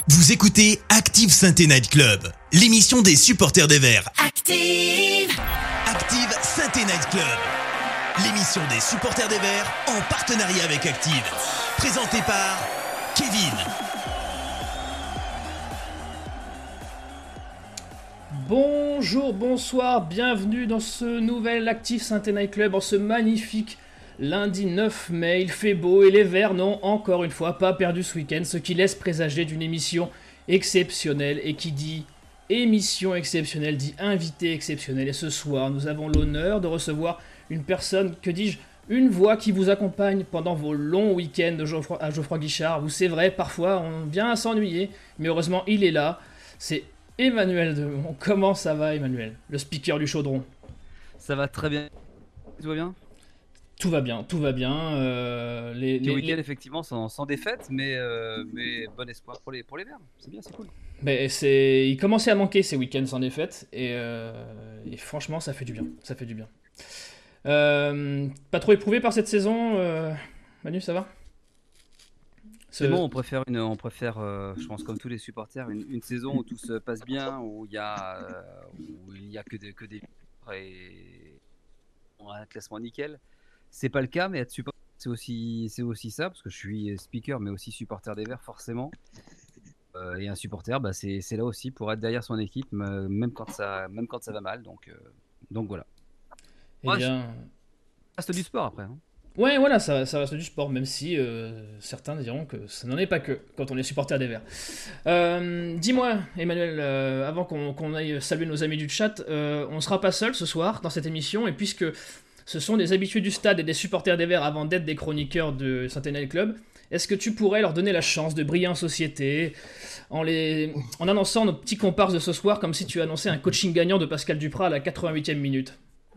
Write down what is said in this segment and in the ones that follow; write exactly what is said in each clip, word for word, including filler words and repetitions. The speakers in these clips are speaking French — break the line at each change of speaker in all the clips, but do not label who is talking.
Vous écoutez Active Saint-Étienne Night Club, l'émission des supporters des Verts.
Active
Active Saint-Étienne Night Club, l'émission des supporters des Verts en partenariat avec Active. Présentée par Kevin.
Bonjour, bonsoir, bienvenue dans ce nouvel Active Saint-Étienne Night Club en ce magnifique lundi neuf mai. Il fait beau et les Verts n'ont encore une fois pas perdu ce week-end, ce qui laisse présager d'une émission exceptionnelle. Et qui dit émission exceptionnelle dit invité exceptionnel. Et ce soir, nous avons l'honneur de recevoir une personne, que dis-je, une voix qui vous accompagne pendant vos longs week-ends de Geoffroy, à Geoffroy Guichard. Vous, c'est vrai, parfois on vient à s'ennuyer, mais heureusement il est là. C'est Emmanuel Demont. Comment ça va, Emmanuel, le speaker du chaudron?
Ça va très bien. Tout va bien?
Tout va bien, tout va bien. Euh, les,
les
les
week-end
les...
effectivement sans, sans défaite, mais, euh, mais bon espoir pour les, pour les Verts. C'est bien, c'est cool.
Mais c'est... Il commençait à manquer ces week-ends sans défaite, et, euh... et franchement ça fait du bien, ça fait du bien. Euh... Pas trop éprouvé par cette saison, euh... Manu, ça va?
C'est bon, on préfère, une, on préfère euh, je pense comme tous les supporters, une, une saison où tout se passe bien, où il y a, euh, où il y a que des, que des et on a un classement nickel. C'est pas le cas, mais être supporter, c'est aussi, c'est aussi ça, parce que je suis speaker, mais aussi supporter des Verts, forcément. Euh, et un supporter, bah, c'est, c'est là aussi pour être derrière son équipe, même quand ça, même quand ça va mal. Donc, euh, donc voilà.
Eh
Ouais,
bien...
Ça reste du sport après. Hein.
Ouais, voilà, ça, ça reste du sport, même si euh, certains diront que ça n'en est pas que quand on est supporter des Verts. Euh, dis-moi, Emmanuel, euh, avant qu'on, qu'on aille saluer nos amis du chat, euh, on ne sera pas seul ce soir dans cette émission, et puisque ce sont des habitués du stade et des supporters des Verts avant d'être des chroniqueurs de Saint-Étienne Night Club, est-ce que tu pourrais leur donner la chance de briller en société en, les... en annonçant nos petits comparses de ce soir comme si tu annonçais un coaching gagnant de Pascal Duprat à la quatre-vingt-huitième minute?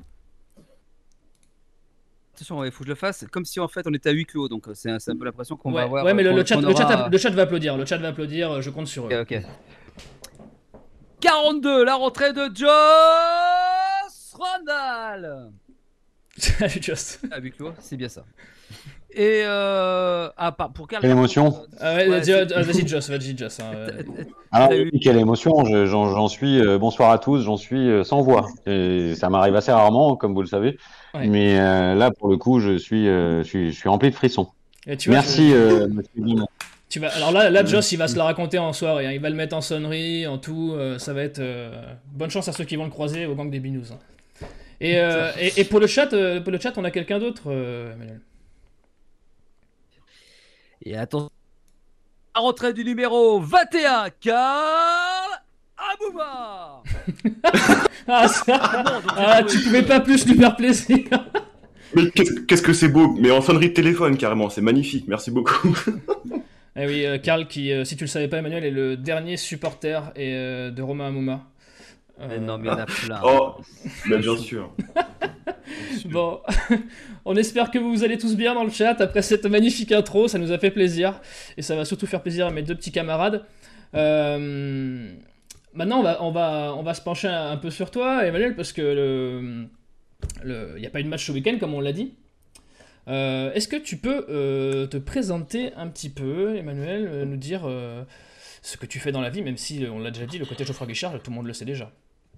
Attention, il faut que je le fasse comme si en fait on était à huis clos, donc c'est un, c'est un peu l'impression qu'on
ouais,
va avoir.
Ouais, mais le, le, chat,
aura...
le, chat, le chat va applaudir, le chat va applaudir, je compte sur eux.
Ok, ok. quarante-deux, la rentrée de Joss Randall.
Salut Joss.
À huis clos, c'est bien ça. Et euh... ah, pour
quelle émotion.
Ah ouais, ouais vas-y, vas-y Joss, vas-y Joss. Hein, ouais.
Alors oui, quelle émotion, je, j'en, j'en suis, euh, bonsoir à tous, j'en suis euh, sans voix. Et ça m'arrive assez rarement, comme vous le savez, ouais. Mais euh, là, pour le coup, je suis, euh, je suis, je suis rempli de frissons. Tu vois, merci, je... euh, monsieur Dumont.
Tu vas... Alors là, là, Joss, il va se la raconter en soirée, hein. Il va le mettre en sonnerie, en tout, euh, ça va être... Euh... Bonne chance à ceux qui vont le croiser au gang des binous. Hein. Et, euh, et, et pour, le chat, euh, pour le chat, on a quelqu'un d'autre, euh, Emmanuel.
Et attention, la rentrée du numéro vingt et un, Karl Abouba.
Ah, ça... ah, bon, ah tu pouvais pas plus lui faire plaisir.
Mais qu'est-ce, qu'est-ce que c'est beau, mais en sonnerie de téléphone carrément, c'est magnifique, merci beaucoup.
Eh oui, euh, Karl qui, euh, si tu le savais pas, Emmanuel, est le dernier supporter et, euh, de Romain Amouma.
Euh... Non, mais il y en a plein.
Oh, bah bien sûr.
Bon, on espère que vous allez tous bien dans le chat après cette magnifique intro, ça nous a fait plaisir et ça va surtout faire plaisir à mes deux petits camarades. Euh... Maintenant, on va, on, va, on va se pencher un peu sur toi, Emmanuel, parce que le, le, il n'y a pas eu de match ce week-end, comme on l'a dit. Euh, est-ce que tu peux euh, te présenter un petit peu, Emmanuel, euh, nous dire euh, ce que tu fais dans la vie, même si on l'a déjà dit, le côté Geoffroy Guichard, tout le monde le sait déjà.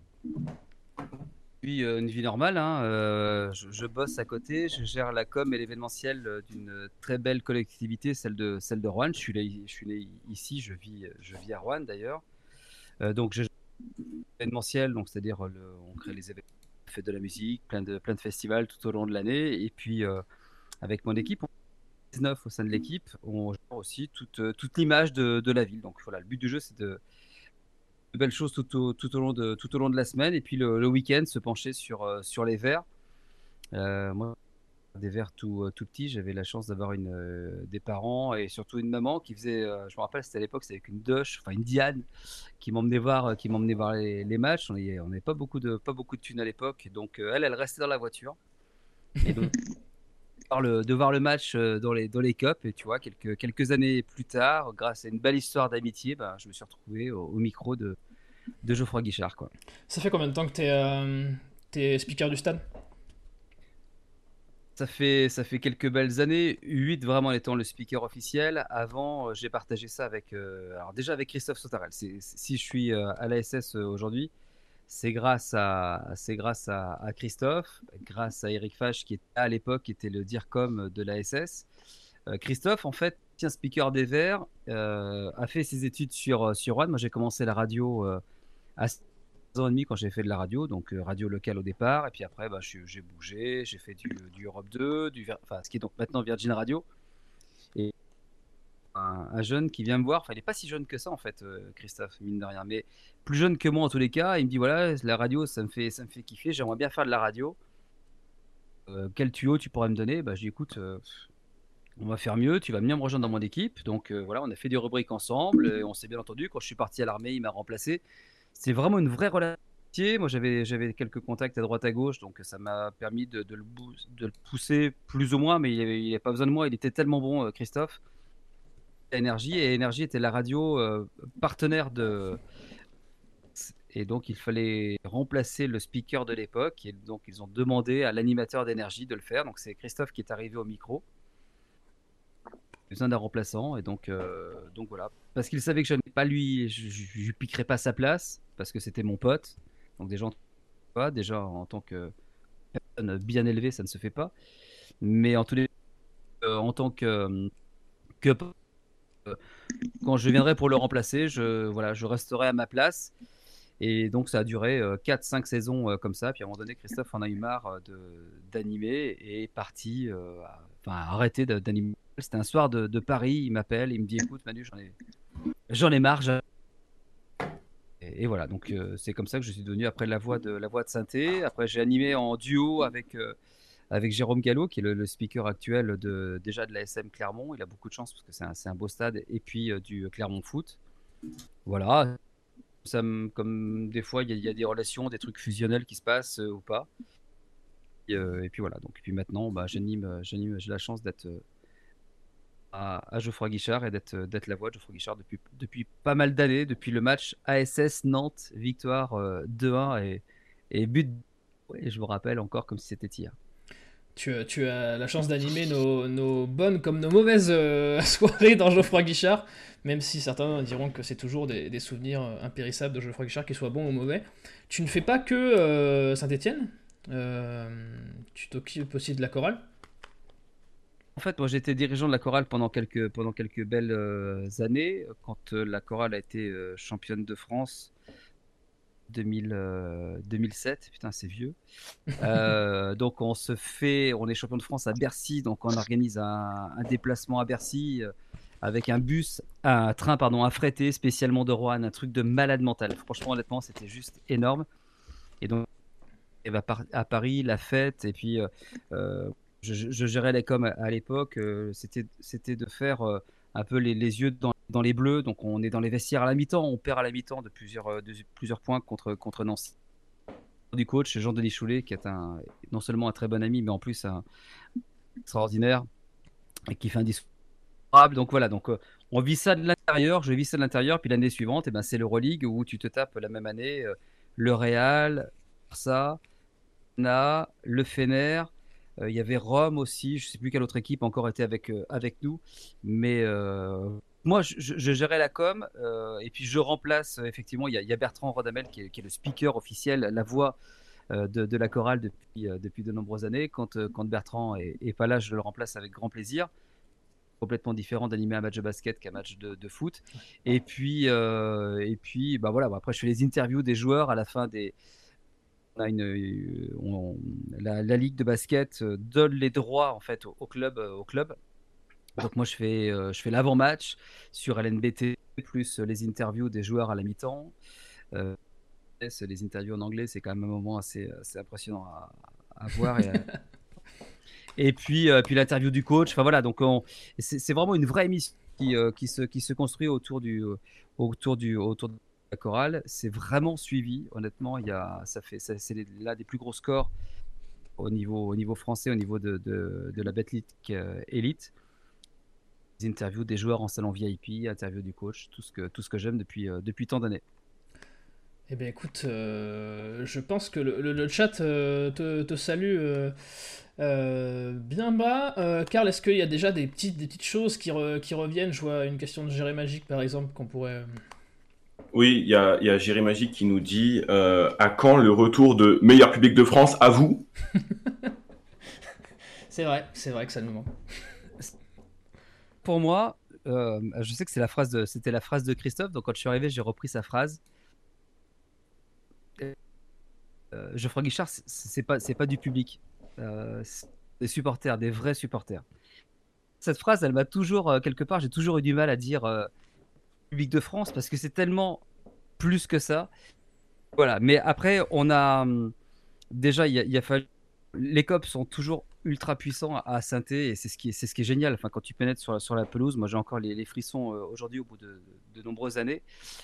Puis euh, une vie normale, hein. euh, je, je bosse à côté, je gère la com et l'événementiel d'une très belle collectivité, celle de, celle de Roanne. Je suis, là, je suis né ici, je vis, je vis à Roanne d'ailleurs. Euh, donc je gère l'événementiel, donc c'est-à-dire le, on crée les événements, on fait de la musique, plein de, plein de festivals tout au long de l'année. Et puis euh, avec mon équipe, on est dix-neuf au sein de l'équipe, on gère aussi toute, toute l'image de, de la ville. Donc voilà, le but du jeu c'est de de belles choses tout au, tout au long de tout au long de la semaine et puis le, le week-end se pencher sur euh, sur les Verts. Euh, moi, des Verts tout tout petits, j'avais la chance d'avoir une euh, des parents et surtout une maman qui faisait, euh, je me rappelle, c'était à l'époque, c'était avec une Doche, enfin une Diane, qui m'emmenait voir, qui m'emmenait voir les, les matchs. On n'avait pas beaucoup de pas beaucoup de thunes à l'époque, donc euh, elle, elle restait dans la voiture. Et donc voir le, de voir le match dans les dans les cups et tu vois quelques quelques années plus tard, grâce à une belle histoire d'amitié, ben, je me suis retrouvé au, au micro de de Geoffroy Guichard, quoi.
Ça fait combien de temps que t'es, euh, t'es speaker du stade?
Ça fait, ça fait quelques belles années, huit vraiment étant le speaker officiel. Avant, euh, j'ai partagé ça avec, euh, alors déjà avec Christophe Sautarel. C'est, c'est- si je suis euh, à l'A S S euh, aujourd'hui, c'est grâce à, c'est grâce à, à Christophe, grâce à Eric Fache qui était à l'époque qui était le DIRCOM de l'A S S. Euh, Christophe, en fait, ancien speaker des Verts, euh, a fait ses études sur sur Rouen. Moi, j'ai commencé la radio euh, à ans et demi quand j'ai fait de la radio, donc euh, radio locale au départ, et puis après bah, je- j'ai bougé, j'ai fait du, du Europe deux, du, Vir- enfin, ce qui est donc maintenant Virgin Radio, et un, un jeune qui vient me voir, enfin il n'est pas si jeune que ça en fait, euh, Christophe, mine de rien, mais plus jeune que moi en tous les cas, il me dit voilà, la radio ça me fait, ça me fait kiffer, j'aimerais bien faire de la radio. Euh, quel tuyau tu pourrais me donner? Bah, je dis écoute, euh, on va faire mieux, tu vas bien me rejoindre dans mon équipe, donc euh, voilà, on a fait des rubriques ensemble, et on s'est bien entendu, quand je suis parti à l'armée, il m'a remplacé. C'est vraiment une vraie relation. Moi, j'avais, j'avais quelques contacts à droite à gauche, donc ça m'a permis de, de le, bou- de le pousser plus ou moins, mais il n'avait pas besoin de moi. Il était tellement bon, euh, Christophe. Énergie, et Énergie était la radio euh, partenaire de. Et donc, il fallait remplacer le speaker de l'époque. Et donc, ils ont demandé à l'animateur d'Énergie de le faire. Donc, c'est Christophe qui est arrivé au micro. Besoin d'un remplaçant. Et donc, euh, donc voilà. Parce qu'il savait que je n'ai pas lui, je ne lui piquerais pas sa place, parce que c'était mon pote. Donc, des gens pas. Déjà, en tant que personne bien élevée, ça ne se fait pas. Mais en tous les euh, en tant que, que euh, quand je viendrai pour le remplacer, je, voilà, je resterai à ma place. Et donc, ça a duré euh, quatre cinq saisons euh, comme ça. Puis à un moment donné, Christophe en a eu marre euh, de, d'animer et est parti, euh, à- enfin, a arrêté de- d'animer. C'était un soir de, de Paris, il m'appelle, il me dit écoute, Manu, j'en ai, j'en ai marre. j'ai- Et, et voilà, donc euh, c'est comme ça que je suis devenu après la voix de, la voix de synthé. Après, j'ai animé en duo avec. euh, avec Jérôme Gallo, qui est le, le speaker actuel de, déjà de l'A S M Clermont. Il a beaucoup de chance parce que c'est un, c'est un beau stade. Et puis euh, du Clermont Foot. Voilà. Ça me- comme des fois, il y, a- il y a des relations, des trucs fusionnels qui se passent euh, ou pas. Et, euh, et puis voilà. Donc, et puis maintenant, bah, j'anime, euh, j'anime, j'ai la chance d'être euh, à, à Geoffroy Guichard et d'être, euh, d'être la voix de Geoffroy Guichard depuis, depuis pas mal d'années, depuis le match A S S Nantes, victoire euh, deux un et, et but. Et je me rappelle encore comme si c'était hier.
Tu, tu as la chance d'animer nos, nos bonnes comme nos mauvaises euh, soirées dans Geoffroy Guichard, même si certains diront que c'est toujours des, des souvenirs euh, impérissables de Geoffroy Guichard, qu'ils soient bons ou mauvais. Tu ne fais pas que euh, Saint-Étienne, euh, tu t'occupes aussi de la chorale.
En fait, moi j'étais dirigeant de la chorale pendant quelques, pendant quelques belles euh, années. Quand euh, la chorale a été euh, championne de France deux mille, euh, deux mille sept, putain, c'est vieux. Euh, donc on se fait, on est champion de France à Bercy, donc on organise un, un déplacement à Bercy euh, avec un bus, un train, pardon, affrété spécialement de Roanne, un truc de malade mental. Franchement, honnêtement, c'était juste énorme. Et donc, et bah, par- à Paris, la fête, et puis euh, euh, je, je- je gérais les coms à, à l'époque. euh, c'était, c'était de faire euh, un peu les, les yeux dans, dans les bleus. Donc on est dans les vestiaires à la mi-temps, on perd à la mi-temps de plusieurs, euh, de plusieurs points contre, contre Nancy. Du coach Jean-Denis Choulet, qui est un, non seulement un très bon ami, mais en plus un extraordinaire et qui fait un discours. Donc voilà, donc euh, on vit ça de l'intérieur, je vis ça de l'intérieur, puis l'année suivante, eh ben, c'est l'Euroleague où tu te tapes la même année euh, le Real, ça, Na, le Fener, euh, il y avait Rome aussi, je sais plus quelle autre équipe encore était avec, euh, avec nous, mais euh, moi je, je- je gérais la com, euh, et puis je remplace, euh, effectivement, il y, a- il y a Bertrand Rodamel qui est, qui est le speaker officiel, la voix euh, de, de la chorale depuis, euh, depuis de nombreuses années. Quand, euh, quand Bertrand est, est pas là, je le remplace avec grand plaisir. Complètement différent d'animer un match de basket qu'un match de, de foot. Et puis, euh, et puis bah voilà, bon, après je fais les interviews des joueurs à la fin des. On a une, euh, on- la, la ligue de basket euh, donne les droits en fait au, au club, euh, au club. Donc moi je fais, euh, je fais l'avant-match sur L N B T plus les interviews des joueurs à la mi-temps. Euh, les interviews en anglais, c'est quand même un moment assez, assez impressionnant à, à voir. Et, à- et puis, euh, puis l'interview du coach. Enfin voilà, donc on- c'est c'est vraiment une vraie émission qui, euh, qui, se, qui se construit autour du, euh, autour du, autour de la chorale. C'est vraiment suivi, honnêtement. Il y a, ça fait, ça- c'est les- là des plus gros scores au niveau, au niveau français, au niveau de, de, de la Betclic euh, Elite. Des interviews des joueurs en salon V I P, interviews du coach, tout ce que, tout ce que j'aime depuis, euh, depuis tant d'années.
Eh bien écoute, euh, je pense que le, le, le chat euh, te, te salue euh, euh, bien bas. Euh, Karl, est-ce qu'il y a déjà des petites, des petites choses qui, re, qui reviennent? Je vois une question de Géré Magique par exemple qu'on pourrait...
Oui, il y a, y a Géré Magique qui nous dit euh, à quand le retour de meilleur public de France, à vous?
C'est vrai, c'est vrai que ça nous manque.
Pour moi, euh, je sais que c'est la phrase de, c'était la phrase de Christophe, donc quand je suis arrivé, j'ai repris sa phrase. Euh, Geoffroy Guichard, c'est, c'est pas, c'est pas du public, euh, c'est des supporters, des vrais supporters. Cette phrase, elle m'a toujours, euh, quelque part, j'ai toujours eu du mal à dire euh, public de France parce que c'est tellement plus que ça. Voilà, mais après, on a hum, déjà, il y, y a fallu. Les cops sont toujours ultra puissants à Saint-Étienne et c'est ce qui est, c'est ce qui est génial. Enfin, quand tu pénètres sur, sur la pelouse, moi j'ai encore les, les frissons euh, aujourd'hui au bout de, de, de nombreuses années.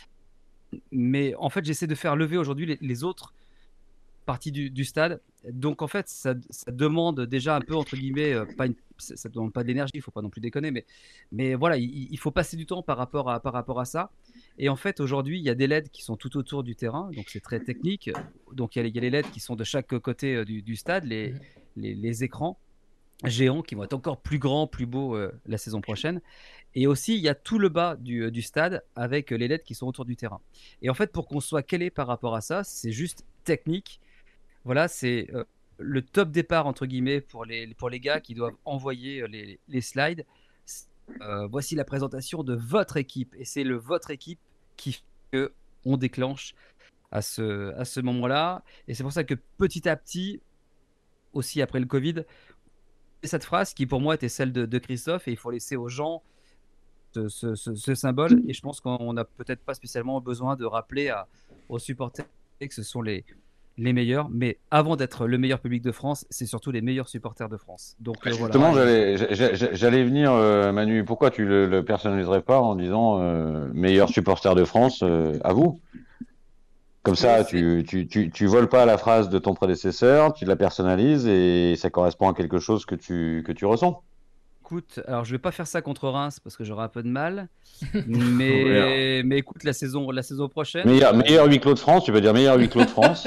Mais en fait, j'essaie de faire lever aujourd'hui les, les autres partie du, du stade. Donc en fait, ça, ça demande déjà un peu, entre guillemets, euh, pas une, ça, ça demande pas de l'énergie, il faut pas non plus déconner, mais, mais voilà, il, il faut passer du temps par rapport à, par rapport à ça. Et en fait, aujourd'hui, il y a des L E D qui sont tout autour du terrain, donc c'est très technique. Donc il y a, il y a les L E D qui sont de chaque côté euh, du, du stade, les, les, les écrans géants qui vont être encore plus grands, plus beaux euh, la saison prochaine. Et aussi, il y a tout le bas du, du stade avec les L E D qui sont autour du terrain. Et en fait, pour qu'on soit calé par rapport à ça, c'est juste technique. Voilà, c'est euh, le top départ, entre guillemets, pour les, pour les gars qui doivent envoyer les, les slides. Euh, voici la présentation de votre équipe. Et c'est le votre équipe qui fait qu'on déclenche à ce, à ce moment-là. Et c'est pour ça que petit à petit, aussi après le Covid, cette phrase qui pour moi était celle de, de Christophe, et il faut laisser aux gens ce, ce, ce, ce symbole. Et je pense qu'on n'a peut-être pas spécialement besoin de rappeler à, aux supporters que ce sont les... les meilleurs, mais avant d'être le meilleur public de France, c'est surtout les meilleurs supporters de France. Donc, euh,
Justement,
voilà.
j'allais, j'allais venir, euh, Manu, pourquoi tu le, le personnaliserais pas en disant euh, meilleur supporter de France, euh, à vous? Comme ça, tu, tu, tu, tu voles pas la phrase de ton prédécesseur, tu la personnalises et ça correspond à quelque chose que tu, que tu ressens.
Écoute, alors je vais pas faire ça contre Reims parce que j'aurai un peu de mal, mais, mais écoute, la saison, la saison prochaine.
Meilleur, euh... meilleur huis clos de France, tu peux dire meilleur huis clos de France.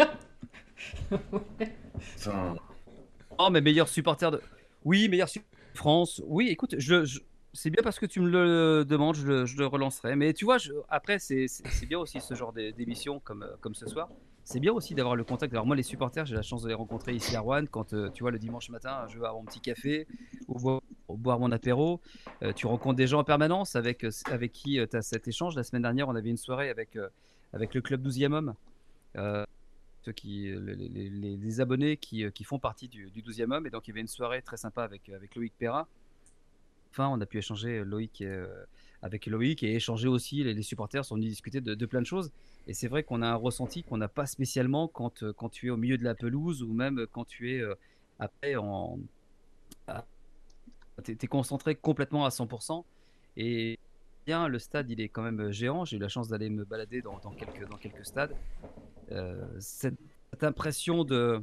Oh, mais meilleur supporter de. Oui, meilleur supporter de France. Oui, écoute, je, je... c'est bien parce que tu me le demandes, je le, je le relancerai. Mais tu vois, je... après, c'est, c'est, c'est bien aussi ce genre d'émission comme, comme ce soir. C'est bien aussi d'avoir le contact. Alors moi, les supporters, j'ai la chance de les rencontrer ici à Rouen. Quand euh, tu vois, le dimanche matin, je vais avoir mon petit café ou boire, boire mon apéro. Euh, tu rencontres des gens en permanence avec, avec qui euh, tu as cet échange. La semaine dernière, on avait une soirée avec, euh, avec le club douzième homme. Euh, ceux qui, les, les, les, les abonnés qui, qui font partie du, du douzième homme. Et donc, il y avait une soirée très sympa avec, avec Loïc Perra. Enfin, on a pu échanger Loïc et, euh, avec Loïc et échanger aussi. Les, les supporters sont venus discuter de, de plein de choses. Et c'est vrai qu'on a un ressenti qu'on n'a pas spécialement quand, quand tu es au milieu de la pelouse ou même quand tu es euh, après en. Tu es concentré complètement à cent pour cent. Et bien, le stade, il est quand même géant. J'ai eu la chance d'aller me balader dans, dans, quelques, dans quelques stades. Euh, cette, cette impression de.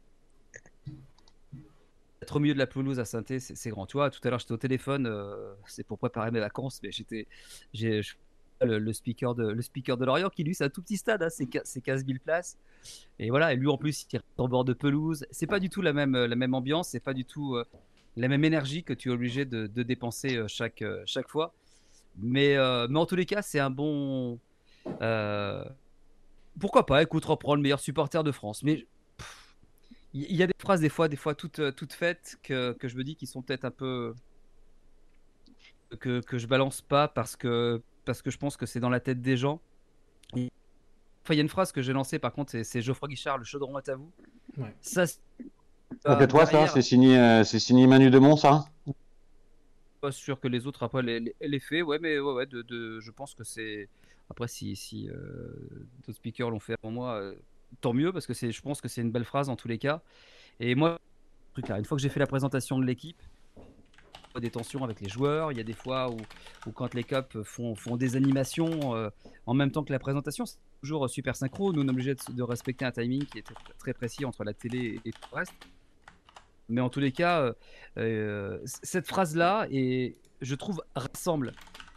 Être au milieu de la pelouse à Saint-Étienne, c'est, c'est grand. Tu vois, tout à l'heure, j'étais au téléphone, euh, c'est pour préparer mes vacances, mais j'étais. J'ai, je, le, le, speaker de, le speaker de Lorient, qui lui, c'est un tout petit stade, hein, c'est, c'est quinze mille places. Et voilà, et lui, en plus, il est en bord de pelouse. C'est pas du tout la même, la même ambiance, c'est pas du tout euh, la même énergie que tu es obligé de, de dépenser euh, chaque, euh, chaque fois. Mais, euh, mais en tous les cas, c'est un bon. Euh, pourquoi pas, écoute, reprends le meilleur supporter de France. Mais. Il y a des phrases des fois, des fois toutes, toutes faites que, que je me dis qui sont peut-être un peu que, que je balance pas parce que, parce que je pense que c'est dans la tête des gens. Et... Enfin, il y a une phrase que j'ai lancée par contre, c'est, c'est Geoffroy Guichard, le chaudron est à vous.
Ouais.
Ça, c'est
euh, toi, derrière... ça, c'est signé, euh, c'est signé Manu Demont, ça.
Pas sûr que les autres après les, les, les faits, ouais, mais ouais, ouais, de, de, je pense que c'est après si, si euh, d'autres speakers l'ont fait avant moi. Euh... Tant mieux parce que c'est, je pense que c'est une belle phrase en tous les cas. Et moi, une fois que j'ai fait la présentation de l'équipe, il y a des tensions avec les joueurs. Il y a des fois où, où quand les cops font, font des animations euh, en même temps que la présentation, c'est toujours super synchro. Nous, on est obligé de, de respecter un timing qui est très, très précis entre la télé et tout le reste. Mais en tous les cas, euh, euh, cette phrase-là, et je trouve, rassemble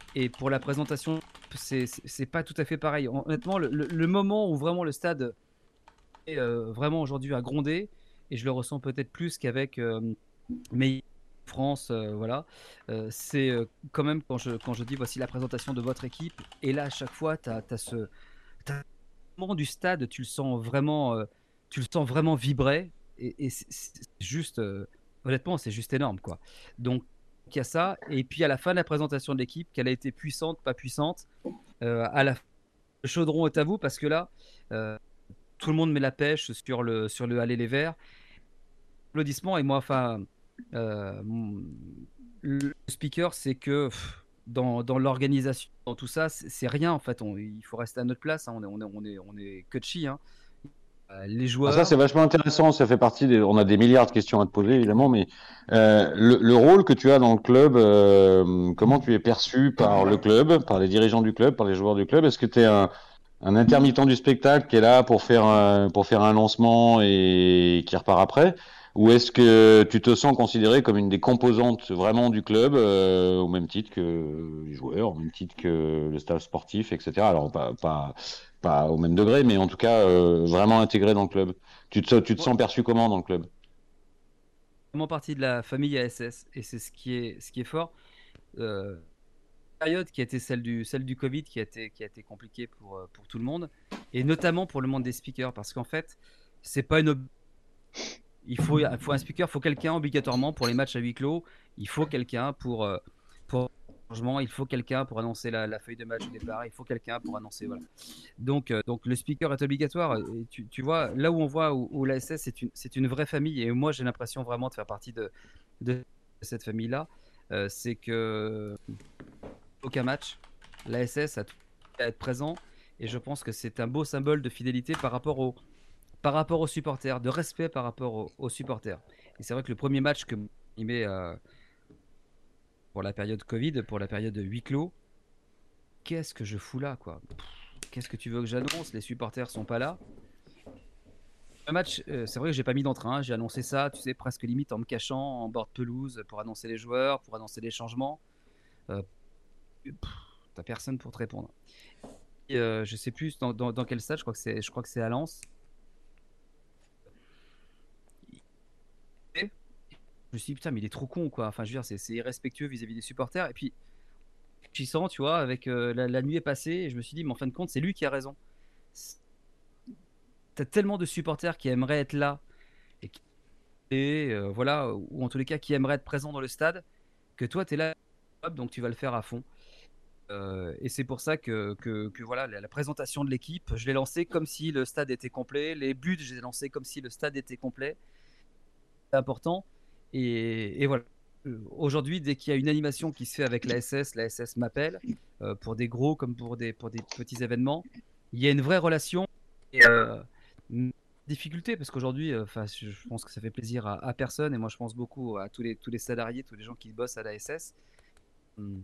Et pour la présentation, c'est, c'est, c'est pas tout à fait pareil. Honnêtement, le, le, le moment où vraiment le stade est euh, vraiment aujourd'hui à gronder, et je le ressens peut-être plus qu'avec euh, mes France, euh, voilà, euh, c'est euh, quand même quand je, quand je dis voici la présentation de votre équipe, et là à chaque fois, tu as ce t'as le moment du stade, tu le sens vraiment, euh, tu le sens vraiment vibrer, et, et c'est, c'est juste, euh, honnêtement, c'est juste énorme, quoi. Donc, il y a ça, et puis à la fin de la présentation de l'équipe, qu'elle a été puissante, pas puissante, euh, à la fin, le chaudron est à vous, parce que là, euh, tout le monde met la pêche sur le, sur le Aller les Verts. Applaudissements, et moi, enfin, euh, le speaker, c'est que pff, dans, dans l'organisation, dans tout ça, c'est, c'est rien, en fait. On, il faut rester à notre place, hein. On est, on est, on est, on est coachy, hein. Euh, les joueurs.
Ah, ça, c'est vachement intéressant. Ça fait partie des. On a des milliards de questions à te poser, évidemment, mais euh, le, le rôle que tu as dans le club, euh, comment tu es perçu par le club, par les dirigeants du club, par les joueurs du club? Est-ce que tu es un, un intermittent du spectacle qui est là pour faire un, pour faire un lancement et qui repart après? Ou est-ce que tu te sens considéré comme une des composantes vraiment du club, euh, au même titre que les joueurs, au même titre que le staff sportif, et cetera. Alors, pas, pas, pas au même degré, mais en tout cas, euh, vraiment intégré dans le club. Tu te, tu te sens perçu comment dans le club?
Vraiment partie de la famille A S S, et c'est ce qui est, ce qui est fort. Euh, période qui a été celle du, celle du Covid, qui a été, qui a été compliquée pour, pour tout le monde, et notamment pour le monde des speakers, parce qu'en fait, c'est pas une ob- il faut, il faut un speaker, il faut quelqu'un obligatoirement pour les matchs à huis clos, il faut quelqu'un pour, euh, pour changement, il faut quelqu'un pour annoncer la, la feuille de match au départ, il faut quelqu'un pour annoncer, voilà. Donc, euh, donc le speaker est obligatoire, et tu, tu vois, là où on voit où, où l'A S S c'est une, c'est une vraie famille, et moi j'ai l'impression vraiment de faire partie de, de cette famille-là, euh, c'est que aucun match, l'A S S a tout à être présent, et je pense que c'est un beau symbole de fidélité par rapport au par rapport aux supporters, de respect par rapport aux, aux supporters. Et c'est vrai que le premier match que il met euh, pour la période Covid, pour la période de huis clos, qu'est-ce que je fous là, quoi? Qu'est-ce que tu veux que j'annonce? Les supporters sont pas là. Le match, euh, c'est vrai que j'ai pas mis d'entrain, j'ai annoncé ça, tu sais, presque limite en me cachant en bord de pelouse pour annoncer les joueurs, pour annoncer les changements. Euh, pff, t'as personne pour te répondre. Et, euh, je sais plus dans, dans, dans quel stade, je crois que c'est, je crois que c'est à Lens. Je me suis dit, putain, mais il est trop con, quoi. Enfin, je veux dire, c'est, c'est irrespectueux vis-à-vis des supporters. Et puis, j'y sens, tu vois, avec euh, la, la nuit est passée, et je me suis dit, mais en fin de compte, c'est lui qui a raison. C'est... T'as tellement de supporters qui aimeraient être là, et, qui... et euh, voilà, ou en tous les cas, qui aimeraient être présents dans le stade, que toi, t'es là, donc tu vas le faire à fond. Euh, et c'est pour ça que, que, que voilà, la, la présentation de l'équipe, je l'ai lancée comme si le stade était complet. Les buts, je les ai lancés comme si le stade était complet. C'est important. Et, et voilà. Euh, Aujourd'hui, dès qu'il y a une animation qui se fait avec l'A S S, l'A S S m'appelle euh, pour des gros comme pour des, pour des petits événements. Il y a une vraie relation et euh, une difficulté parce qu'aujourd'hui, euh, je, je pense que ça fait plaisir à, à personne et moi je pense beaucoup à tous les, tous les salariés, tous les gens qui bossent à l'A S S. Hum,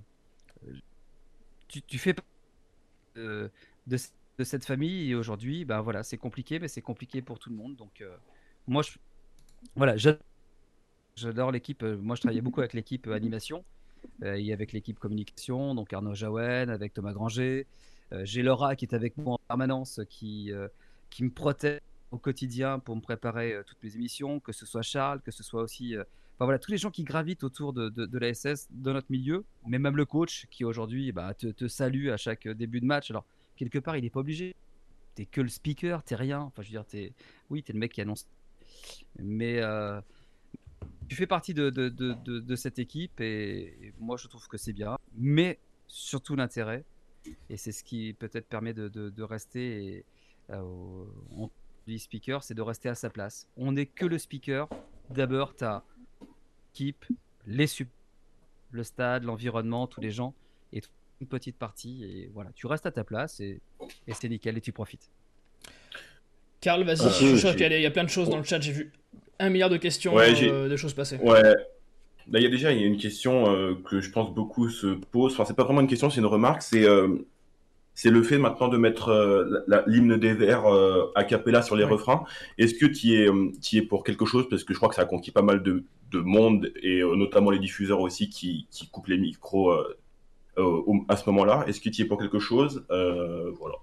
Tu, tu fais partie de, de, de cette famille et aujourd'hui, ben voilà, c'est compliqué, mais c'est compliqué pour tout le monde. Donc euh, moi, je, voilà, j'adore J'adore l'équipe. euh, Moi, je travaillais beaucoup avec l'équipe euh, animation euh, et avec l'équipe communication, donc Arnaud Jaouen, avec Thomas Granger. Euh, j'ai Laura qui est avec moi en permanence, qui, euh, qui me protège au quotidien pour me préparer euh, toutes mes émissions, que ce soit Charles, que ce soit aussi. euh, Enfin voilà, tous les gens qui gravitent autour de, de, de l'A S S dans notre milieu, mais même le coach qui aujourd'hui bah, te, te salue à chaque début de match. Alors, quelque part, il n'est pas obligé. T'es que le speaker, t'es rien. Enfin, je veux dire, t'es... oui, t'es le mec qui annonce. Mais. Euh, tu fais partie de, de, de, de, de cette équipe et, et moi je trouve que c'est bien, mais surtout l'intérêt, et c'est ce qui peut-être permet de, de, de rester et, euh, on dit speaker, c'est de rester à sa place. On n'est que le speaker, d'abord tu as l'équipe, les sub, le stade, l'environnement, tous les gens, et une petite partie, et voilà, tu restes à ta place et, et c'est nickel et tu profites.
Karl, vas-y, euh, je suis sûr qu'il y a plein de choses dans le chat, j'ai vu un milliard de questions,
ouais,
euh, de choses passées.
Ouais. Là, il y a déjà il y a une question euh, que je pense beaucoup se posent. Enfin, c'est pas vraiment une question, c'est une remarque. C'est euh, c'est le fait maintenant de mettre euh, la, l'hymne des Verts euh, a cappella sur les ouais. refrains. Est-ce que tu es tu es pour quelque chose? Parce que je crois que ça a conquis pas mal de, de monde et euh, notamment les diffuseurs aussi qui, qui coupent les micros euh, au, à ce moment-là. Est-ce que tu y es pour quelque chose euh, Voilà.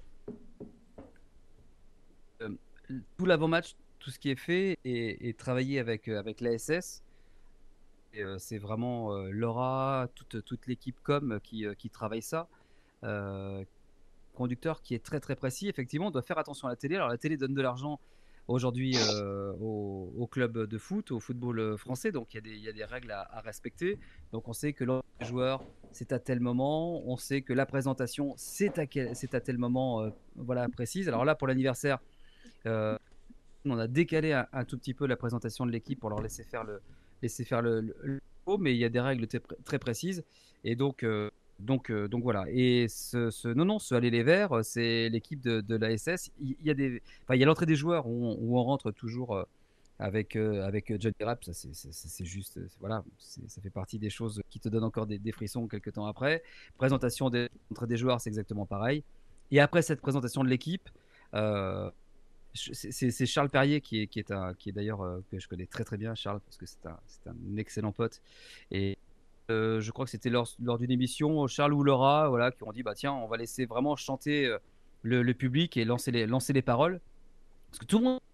Euh, tout l'avant-match, tout ce qui est fait et, et travaillé avec, avec l'A S S, et, euh, c'est vraiment euh, Laura, toute, toute l'équipe com qui, euh, qui travaille ça. Euh, conducteur qui est très très précis. Effectivement, on doit faire attention à la télé. Alors la télé donne de l'argent aujourd'hui euh, au, au club de foot, au football français, donc il y a des, il y a des règles à, à respecter. Donc on sait que l'entrée des joueurs, c'est à tel moment. On sait que la présentation, c'est à, quel, c'est à tel moment euh, voilà, précise. Alors là, pour l'anniversaire, euh, on a décalé un, un tout petit peu la présentation de l'équipe pour leur laisser faire le laisser faire le, le, le mais il y a des règles très, très précises. Et donc, euh, donc, euh, donc voilà. Et ce, ce, non, non, ce Aller les Verts, c'est l'équipe de, de l'A S S. Il, il y a des, enfin, il y a l'entrée des joueurs où on, où on rentre toujours euh, avec, euh, avec Johnny Rapp. Ça, c'est, c'est, c'est juste, c'est, voilà, c'est, ça fait partie des choses qui te donnent encore des, des frissons quelques temps après. Présentation des l'entrée des joueurs, c'est exactement pareil. Et après cette présentation de l'équipe, euh, c'est, c'est Charles Perrier qui est, qui est, un, qui est d'ailleurs euh, que je connais très très bien, Charles, parce que c'est un, c'est un excellent pote. Et euh, je crois que c'était lors, lors d'une émission, Charles ou Laura, voilà, qui ont dit bah tiens, on va laisser vraiment chanter euh, le, le public et lancer les, lancer les paroles, parce que tout le monde.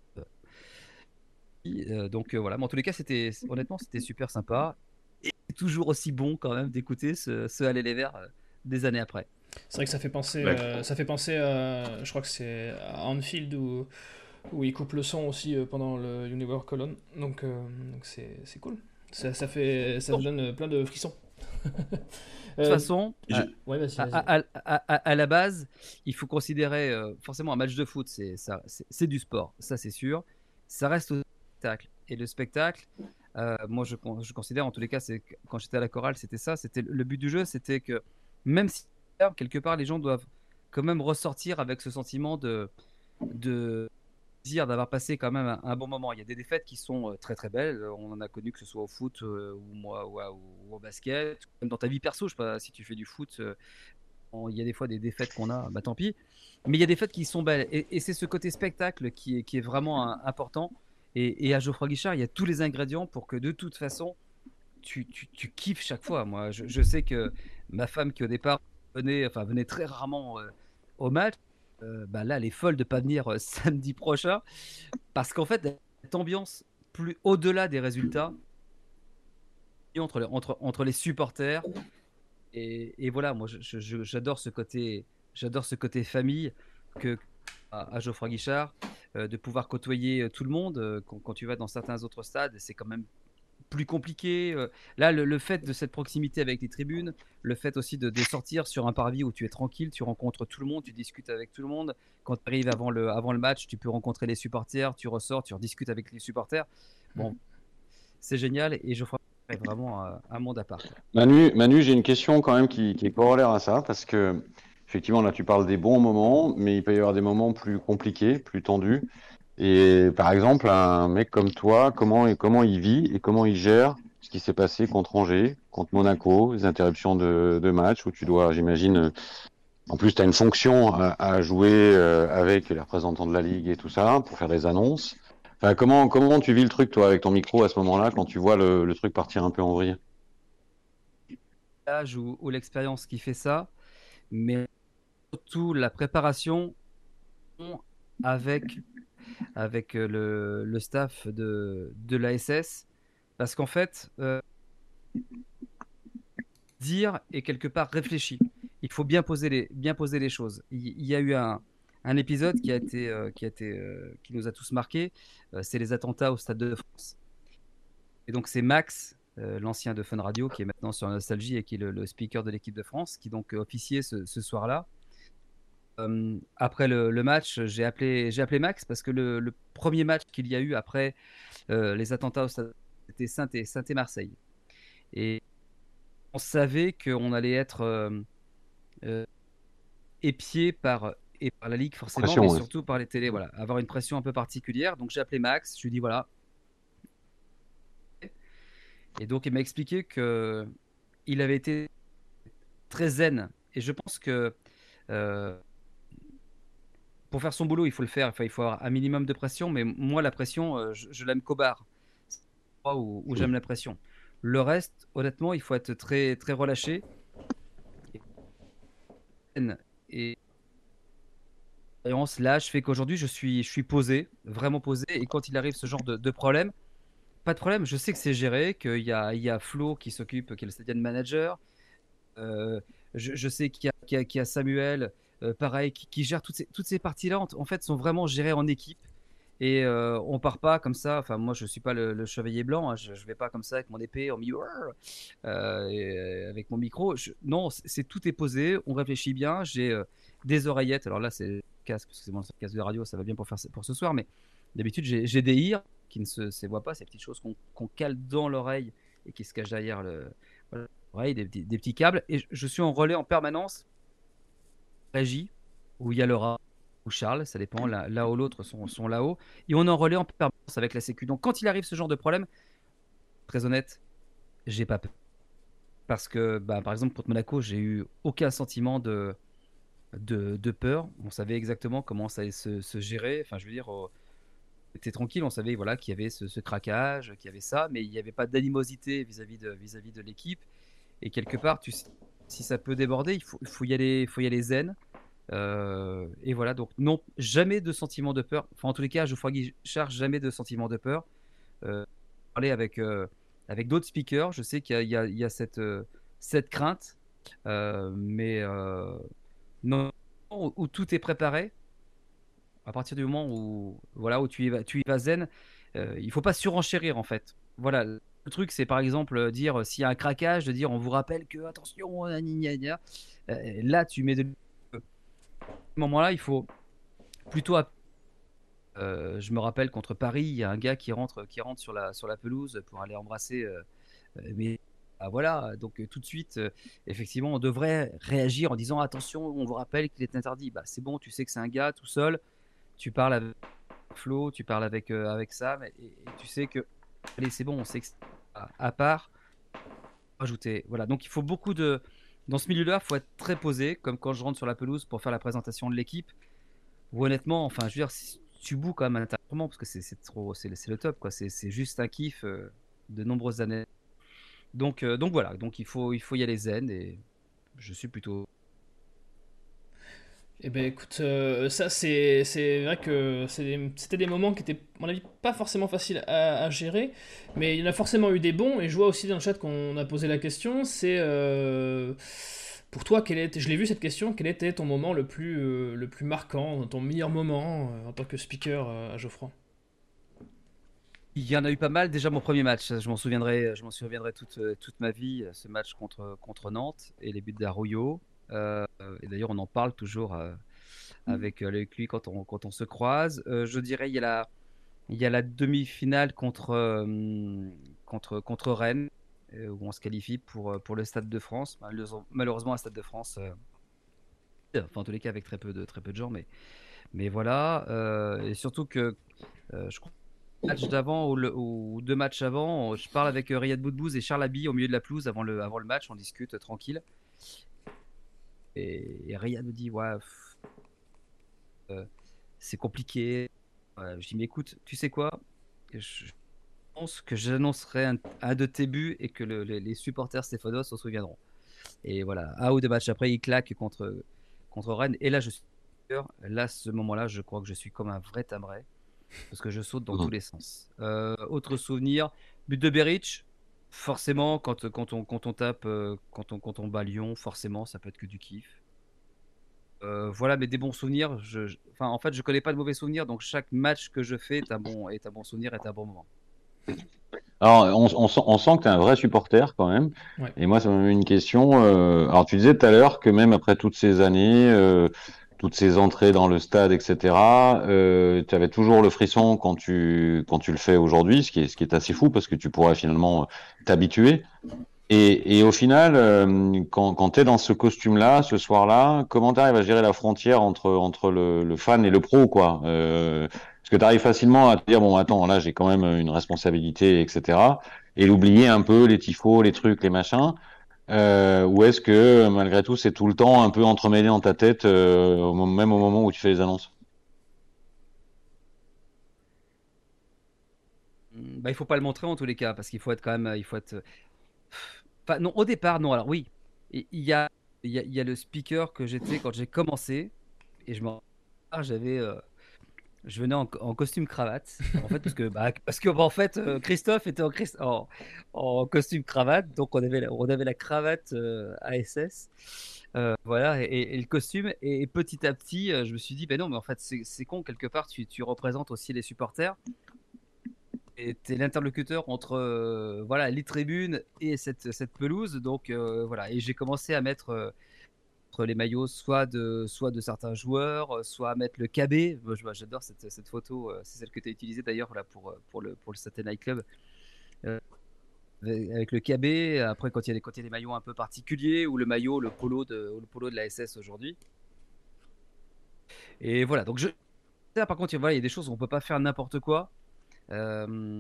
Euh, donc euh, voilà, mais en tous les cas, c'était honnêtement, c'était super sympa et toujours aussi bon quand même d'écouter ce, ce Aller les Verts euh, des années après.
C'est vrai que ça fait penser, euh, ça fait penser à, je crois que c'est à Anfield où, où ils coupent le son aussi euh, pendant le Univer Cologne. Donc euh, donc c'est, c'est cool. Ça, ça fait, ça vous donne plein de frissons.
De toute façon, à, ouais, vas-y, vas-y. À, à, à, à la base, il faut considérer euh, forcément un match de foot, c'est, ça, c'est, c'est du sport, ça c'est sûr. Ça reste au spectacle. Et le spectacle, euh, moi je, je considère en tous les cas, c'est, quand j'étais à la chorale, c'était ça. C'était, le but du jeu, c'était que même si quelque part les gens doivent quand même ressortir avec ce sentiment de, de plaisir d'avoir passé quand même un, un bon moment. Il y a des défaites qui sont euh, très très belles. On en a connu, que ce soit au foot euh, ou, moi, ou, ou, ou au basket. Même dans ta vie perso, je sais pas si tu fais du foot, euh, on, il y a des fois des défaites qu'on a, bah tant pis. Mais il y a des défaites qui sont belles. Et, et c'est ce côté spectacle qui est, qui est vraiment un, important. Et, et à Geoffroy Guichard, il y a tous les ingrédients pour que de toute façon, tu, tu, tu kiffes chaque fois. Moi, je, je sais que ma femme qui au départ venait, enfin, venait très rarement euh, au match, Euh, bah là, elle est folle de pas venir euh, samedi prochain parce qu'en fait, cette ambiance plus au-delà des résultats entre les, entre, entre les supporters et, et voilà, moi, je, je, j'adore ce côté, j'adore ce côté famille que à, à Geoffroy Guichard, euh, de pouvoir côtoyer euh, tout le monde euh, quand, quand tu vas dans certains autres stades, c'est quand même plus compliqué. Là, le, le fait de cette proximité avec les tribunes, le fait aussi de, de sortir sur un parvis où tu es tranquille, tu rencontres tout le monde, tu discutes avec tout le monde. Quand tu arrives avant le, avant le match, tu peux rencontrer les supporters, tu ressors, tu rediscutes avec les supporters. Bon, c'est génial et je crois que c'est vraiment un, un monde à part.
Manu, Manu, j'ai une question quand même qui, qui est corollaire à ça, parce que effectivement, là, tu parles des bons moments, mais il peut y avoir des moments plus compliqués, plus tendus. Et par exemple, un mec comme toi, comment, comment il vit et comment il gère ce qui s'est passé contre Angers, contre Monaco, les interruptions de, de match où tu dois, j'imagine, en plus tu as une fonction à, à jouer euh, avec les représentants de la Ligue et tout ça, pour faire des annonces. Enfin, comment, comment tu vis le truc, toi, avec ton micro à ce moment-là, quand tu vois le, le truc partir un peu en vrille?
L'âge ou, ou l'expérience qui fait ça, mais surtout la préparation avec avec le, le staff de, de l'A S S, parce qu'en fait, euh, dire est quelque part réfléchi. Il faut bien poser les, bien poser les choses. Il, il y a eu un, un épisode qui, a été, euh, qui, a été, euh, qui nous a tous marqués, euh, c'est les attentats au Stade de France. Et donc c'est Max, euh, l'ancien de Fun Radio, qui est maintenant sur Nostalgie et qui est le, le speaker de l'équipe de France, qui donc officiait ce, ce soir-là. Euh, après le, le match, j'ai appelé, j'ai appelé Max parce que le, le premier match qu'il y a eu après euh, les attentats au stade, c'était Saint- et Saint-Marseille. Et on savait qu'on allait être euh, euh, épié par, et par la Ligue forcément, pression, mais ouais. Surtout par les télés. Voilà, avoir une pression un peu particulière. Donc j'ai appelé Max, je lui ai dit voilà. Et donc il m'a expliqué qu'il avait été très zen. Et je pense que euh, pour faire son boulot, il faut le faire. Enfin, il faut avoir un minimum de pression. Mais moi, la pression, euh, je, je l'aime qu'au bar. C'est où, où j'aime la pression. Le reste, honnêtement, il faut être très, très relâché. et l'âge fait qu'aujourd'hui, je suis, je suis posé, vraiment posé. Et quand il arrive ce genre de, de problème, pas de problème. Je sais que c'est géré, qu'il y a, il y a Flo qui s'occupe, qui est le stadium manager. Euh, je, je sais qu'il y a, qu'il y a, qu'il y a Samuel, euh, pareil, qui, qui gère toutes ces, toutes ces parties-là. En, en fait, sont vraiment gérées en équipe. Et euh, on part pas comme ça. Enfin, moi, je suis pas le, le chevalier blanc. Hein. Je, je vais pas comme ça avec mon épée en milieu, euh, et, euh, avec mon micro. Je, non, c'est, c'est tout est posé. On réfléchit bien. J'ai euh, des oreillettes. Alors là, c'est casque parce que c'est mon casque de radio. Ça va bien pour faire pour ce soir. Mais d'habitude, j'ai, j'ai des ears qui ne se, se voient pas. Ces petites choses qu'on, qu'on cale dans l'oreille et qui se cachent derrière le, voilà, l'oreille, des, des, des petits câbles. Et je, je suis en relais en permanence. Régie où il y a le rat. Ou Charles, ça dépend, l'un, l'un ou l'autre sont, sont là-haut, et on est en relais en permanence avec la sécu. Donc quand il arrive ce genre de problème, très honnête, j'ai pas peur. Parce que, bah, par exemple, contre Monaco, j'ai eu aucun sentiment de, de, de peur. On savait exactement comment ça allait se, se gérer. Enfin, je veux dire, on était tranquille, on savait voilà, qu'il y avait ce, ce craquage, qu'il y avait ça, mais il n'y avait pas d'animosité vis-à-vis de, vis-à-vis de l'équipe. Et quelque part, tu sais, si ça peut déborder, il faut, il faut y aller, il faut y aller zen. Euh, et voilà, donc non, jamais de sentiment de peur. Enfin, en tous les cas, Geoffroy Guichard, jamais de sentiment de peur. Euh, parler avec, euh, avec d'autres speakers, je sais qu'il y a, il y a, il y a cette, euh, cette crainte, euh, mais euh, non, où, où tout est préparé, à partir du moment où, voilà, où tu y vas, tu y vas zen, euh, il faut pas surenchérir en fait. Voilà, le truc, c'est par exemple dire s'il y a un craquage, de dire on vous rappelle que attention, gna, gna, gna. Euh, là, tu mets de ce moment-là, il faut plutôt. Euh, je me rappelle contre Paris, il y a un gars qui rentre, qui rentre sur la sur la pelouse pour aller embrasser. Euh, mais ah, voilà, donc euh, tout de suite, euh, effectivement, on devrait réagir en disant attention, on vous rappelle qu'il est interdit. Bah c'est bon, tu sais que c'est un gars tout seul. Tu parles avec Flo, tu parles avec euh, avec Sam, et, et tu sais que allez, c'est bon, on sait que c'est à, à part. Ajouter, voilà. Donc il faut beaucoup de dans ce milieu-là, il faut être très posé, comme quand je rentre sur la pelouse pour faire la présentation de l'équipe. Ou honnêtement, enfin, je veux dire, si tu boues quand même intérieurement parce que c'est, c'est trop, c'est, c'est le top, quoi. C'est, c'est juste un kiff euh, de nombreuses années. Donc, euh, donc voilà. Donc il faut, il faut y aller zen et je suis plutôt.
Eh ben écoute, euh, ça c'est, c'est vrai que c'est des- c'était des moments qui étaient, à mon avis, pas forcément faciles à, à gérer, mais il y en a forcément eu des bons, et je vois aussi dans le chat qu'on a posé la question, c'est euh, pour toi, quel était, je l'ai vu cette question, quel était ton moment le plus, euh, le plus marquant, ton meilleur moment euh, en tant que speaker euh, à Geoffroy?
Il y en a eu pas mal. Déjà mon premier match, je m'en souviendrai, je m'en souviendrai toute, euh, toute ma vie. Ce match contre, contre Nantes et les buts d'Arroyo. Euh, et d'ailleurs, on en parle toujours euh, avec, euh, avec lui quand on, quand on se croise. Euh, je dirais il y a la, il y a la demi-finale contre, euh, contre, contre Rennes, euh, où on se qualifie pour, euh, pour le Stade de France. Malheureusement, malheureusement un Stade de France, euh, enfin en tous les cas avec très peu de, très peu de gens, mais, mais voilà. Euh, et surtout que euh, je crois que le match d'avant ou, le- ou deux matchs avant, je parle avec euh, Riyad Boudbouz et Charles Habi au milieu de la pelouse avant le, avant le match, on discute euh, tranquille. Et, et Riyad me dit, ouais, pff, euh, c'est compliqué. Ouais, je dis, mais écoute, tu sais quoi? Je pense que j'annoncerai un, un de tes buts et que le- les, les supporters stéphanois s'en souviendront. Et voilà, un ou deux matchs après, il claque contre, contre Rennes. Et là, je suis sûr, là, à ce moment-là, je crois que je suis comme un vrai Tamray parce que je saute dans tous
Mhm.
les sens. Euh, autre souvenir, but de Beric. Forcément, quand, quand, on, quand on tape, euh, quand, on, quand on bat Lyon, forcément, ça peut être que du kiff. Euh, voilà, mais des bons souvenirs. Je, je- enfin, en fait, je connais pas de mauvais souvenirs, donc chaque match que je fais est un bon, est un bon souvenir, est un bon moment.
Alors, on, on sent, on sent que tu es un vrai supporter quand même.
Ouais.
Et moi, ça m'a mis une question. euh, alors, tu disais tout à l'heure que même après toutes ces années, euh, toutes ces entrées dans le stade, et cetera, euh, tu avais toujours le frisson quand tu, quand tu le fais aujourd'hui, ce qui est, ce qui est assez fou parce que tu pourrais finalement t'habituer. Et, et au final, euh, quand, quand tu es dans ce costume-là, ce soir-là, comment tu arrives à gérer la frontière entre, entre le, le fan et le pro, quoi? Euh, parce que tu arrives facilement à te dire, bon, attends, là, j'ai quand même une responsabilité, et cetera. Et l'oublier un peu, les tifos, les trucs, les machins. Euh, ou est-ce que, malgré tout, c'est tout le temps un peu entremêlé dans ta tête, euh, au, mo- même au moment où tu fais les annonces?
Hmm, Bah, il faut pas le montrer en tous les cas, parce qu'il faut être quand même, il faut être. Enfin, non, au départ, non. Alors oui, il il y a il y, y a le speaker que j'étais quand j'ai commencé, et je m'en j'avais, euh, je venais en, en costume cravate, en fait, parce que, bah, parce que, bah, en fait, euh, Christophe était en, en, en costume cravate, donc on avait la, on avait la cravate euh, A S S, euh, voilà, et, et, le costume, et, et petit à petit, euh, je me suis dit, ben non, mais en fait, c'est, c'est con, quelque part, tu, tu représentes aussi les supporters, et tu es l'interlocuteur entre euh, voilà, les tribunes et cette, cette pelouse, donc euh, voilà, et j'ai commencé à mettre euh, les maillots soit de, soit de certains joueurs, soit à mettre le K B. Moi, j'adore cette, cette photo, c'est celle que tu as utilisée d'ailleurs là, pour, pour, le, pour le Saturday Night Club. Euh, avec le K B, après quand il y a des, quand il y a des maillots un peu particuliers, ou le maillot, le polo de, le polo de la S S aujourd'hui. Et voilà, donc je... Par contre, voilà, il y a des choses où on peut pas faire n'importe quoi. Euh,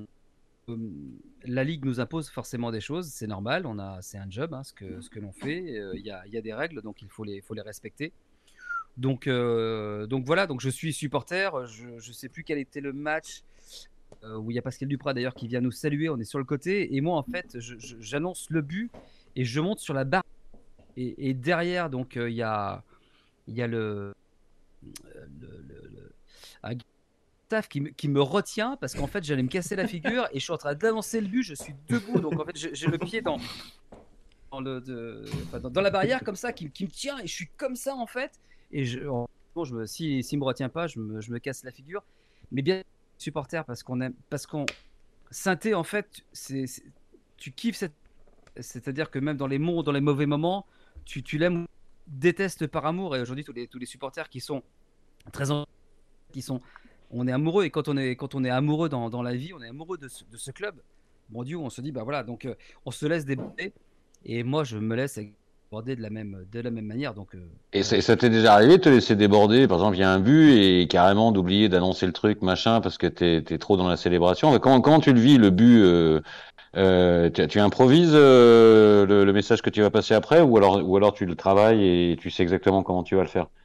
la ligue nous impose forcément des choses, c'est normal, on a, c'est un job, hein, ce que, ce que l'on fait. Il euh, y, a, y a des règles, donc il faut les, faut les respecter. Donc, euh, donc voilà, donc je suis supporter. Je ne sais plus quel était le match euh, où il y a Pascal Duprat d'ailleurs qui vient nous saluer. On est sur le côté et moi en fait, je, je, j'annonce le but et je monte sur la barre. Et, et derrière, donc il euh, y a, il y a le, le, le, le un staff qui me, qui me retient parce qu'en fait j'allais me casser la figure et je suis en train d'avancer le but. Je suis debout, donc en fait j'ai, j'ai le pied dans dans, le, de, enfin, dans, dans la barrière comme ça qui, qui me tient et je suis comme ça en fait. Et je, bon, je me, si, si me retient pas, je me, je me casse la figure. Mais bien supporter parce qu'on aime, parce qu'on synthé en fait, c'est, c'est, tu kiffes cette, c'est-à-dire que même dans les bons, dans les mauvais moments, tu, tu l'aimes, détestes par amour. Et aujourd'hui tous les, tous les supporters qui sont très, en, qui sont, on est amoureux et quand on est, quand on est amoureux dans, dans la vie, on est amoureux de ce, de ce club. Bon Dieu, on se dit bah voilà, donc euh, on se laisse déborder et moi je me laisse déborder de la même, de la même manière. Donc, euh,
et ça, ça t'est déjà arrivé de te laisser déborder, par exemple, il y a un but et carrément d'oublier d'annoncer le truc, machin, parce que t'es, t'es trop dans la célébration. Comment, comment tu le vis, le but euh, euh, tu, tu improvises euh, le, le message que tu vas passer après, ou alors, ou alors tu le travailles et tu sais exactement comment tu vas le faire?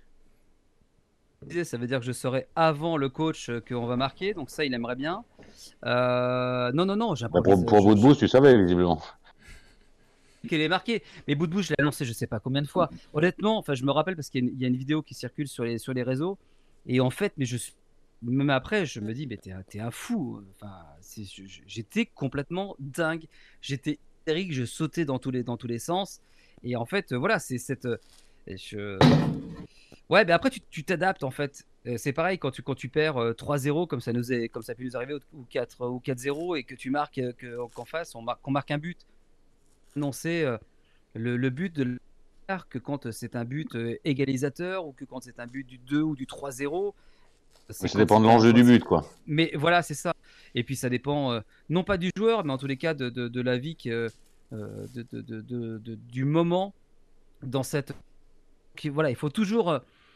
Ça veut dire que je saurai avant le coach qu'on va marquer, donc ça, il aimerait bien. Euh, non, non, non, j'improvise.
Pour, pour bout de boost, tu savais, visiblement.
Qu'elle est marquée. Mais bout de bouche, je l'ai annoncé je sais pas combien de fois. Honnêtement, enfin, je me rappelle parce qu'il y a une, il y a une vidéo qui circule sur les, sur les réseaux. Et en fait, mais je suis. Même après, je me dis, mais t'es un, t'es un fou. Enfin, c'est, j'étais complètement dingue. J'étais hystérique, je sautais dans tous les, dans tous les sens. Et en fait, voilà, c'est cette. Je... Ouais, mais après, tu, tu t'adaptes en fait. C'est pareil quand tu, quand tu perds euh, trois zéro, comme ça, nous est, comme ça peut nous arriver, ou quatre, ou quatre zéro, et que tu marques, que, qu'en face, on marque, qu'on marque un but. Annoncer euh, le, le but de que quand c'est un but euh, égalisateur ou que quand c'est un but du deux ou du trois zéro.
Ça dépend de l'enjeu du but, quoi.
Mais voilà, c'est ça. Et puis ça dépend, euh, non pas du joueur, mais en tous les cas de, de, de la vie, que, euh, de, de, de, de, de, du moment dans cette. Qui, voilà, il faut toujours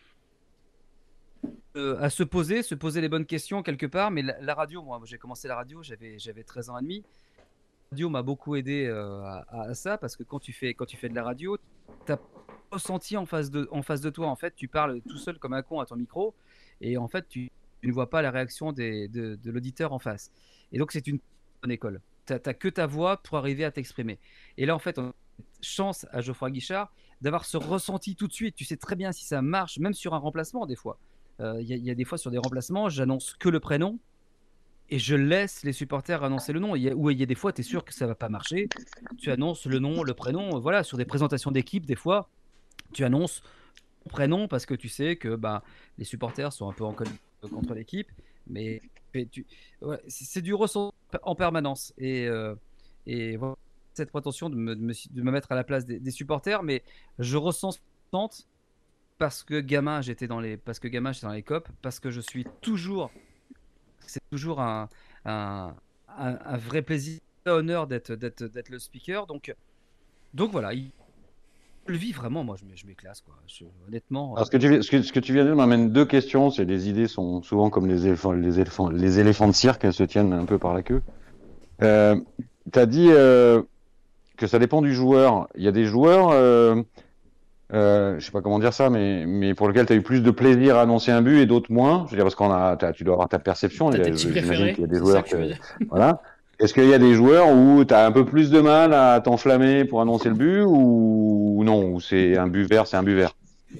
euh, à se poser, se poser les bonnes questions quelque part. Mais la, la radio, moi, j'ai commencé la radio, j'avais, j'avais treize ans et demi. La radio m'a beaucoup aidé euh, à, à ça parce que quand tu fais, quand tu fais de la radio, tu as ressenti en face, de, en face de toi. En fait, tu parles tout seul comme un con à ton micro et en fait, tu, tu ne vois pas la réaction des, de, de l'auditeur en face. Et donc, c'est une bonne école. Tu n'as que ta voix pour arriver à t'exprimer. Et là, en fait, on a chance à Geoffroy Guichard d'avoir ce ressenti tout de suite. Tu sais très bien si ça marche, même sur un remplacement, des fois. Il euh, y, y a des fois sur des remplacements, j'annonce que le prénom. Et je laisse les supporters annoncer le nom. Il y a, ou il y a des fois, tu es sûr que ça va pas marcher. Tu annonces le nom, le prénom. Voilà, sur des présentations d'équipe, des fois, tu annonces ton prénom parce que tu sais que bah, les supporters sont un peu en colère contre l'équipe. Mais, mais tu, ouais, c'est du ressenti en permanence. Et, euh, et voilà, cette prétention de me, de, me, de me mettre à la place des, des supporters. Mais je ressens parce que gamin, j'étais dans les, parce que gamin, j'étais dans les copes, parce que je suis toujours. C'est toujours un, un, un, un vrai plaisir, un honneur d'être, d'être, d'être le speaker. Donc, donc voilà, il je le vis vraiment, moi je m'éclate, quoi. Je, honnêtement.
Alors, ce, que tu, ce, que, ce que tu viens de dire m'amène deux questions. C'est les idées sont souvent comme les éléphants, les éléphants, les éléphants de cirque, elles se tiennent un peu par la queue. Euh, tu as dit euh, que ça dépend du joueur. Il y a des joueurs. Euh, Euh, je sais pas comment dire ça, mais, mais pour lequel tu as eu plus de plaisir à annoncer un but et d'autres moins. Je veux dire, parce qu'on a, tu dois avoir ta perception.
T'as tes petits préférés,
qu'il y a des joueurs que, voilà. est-ce qu'il y a des joueurs où tu as un peu plus de mal à t'enflammer pour annoncer le but ou non, ou c'est un but vert, c'est un but vert?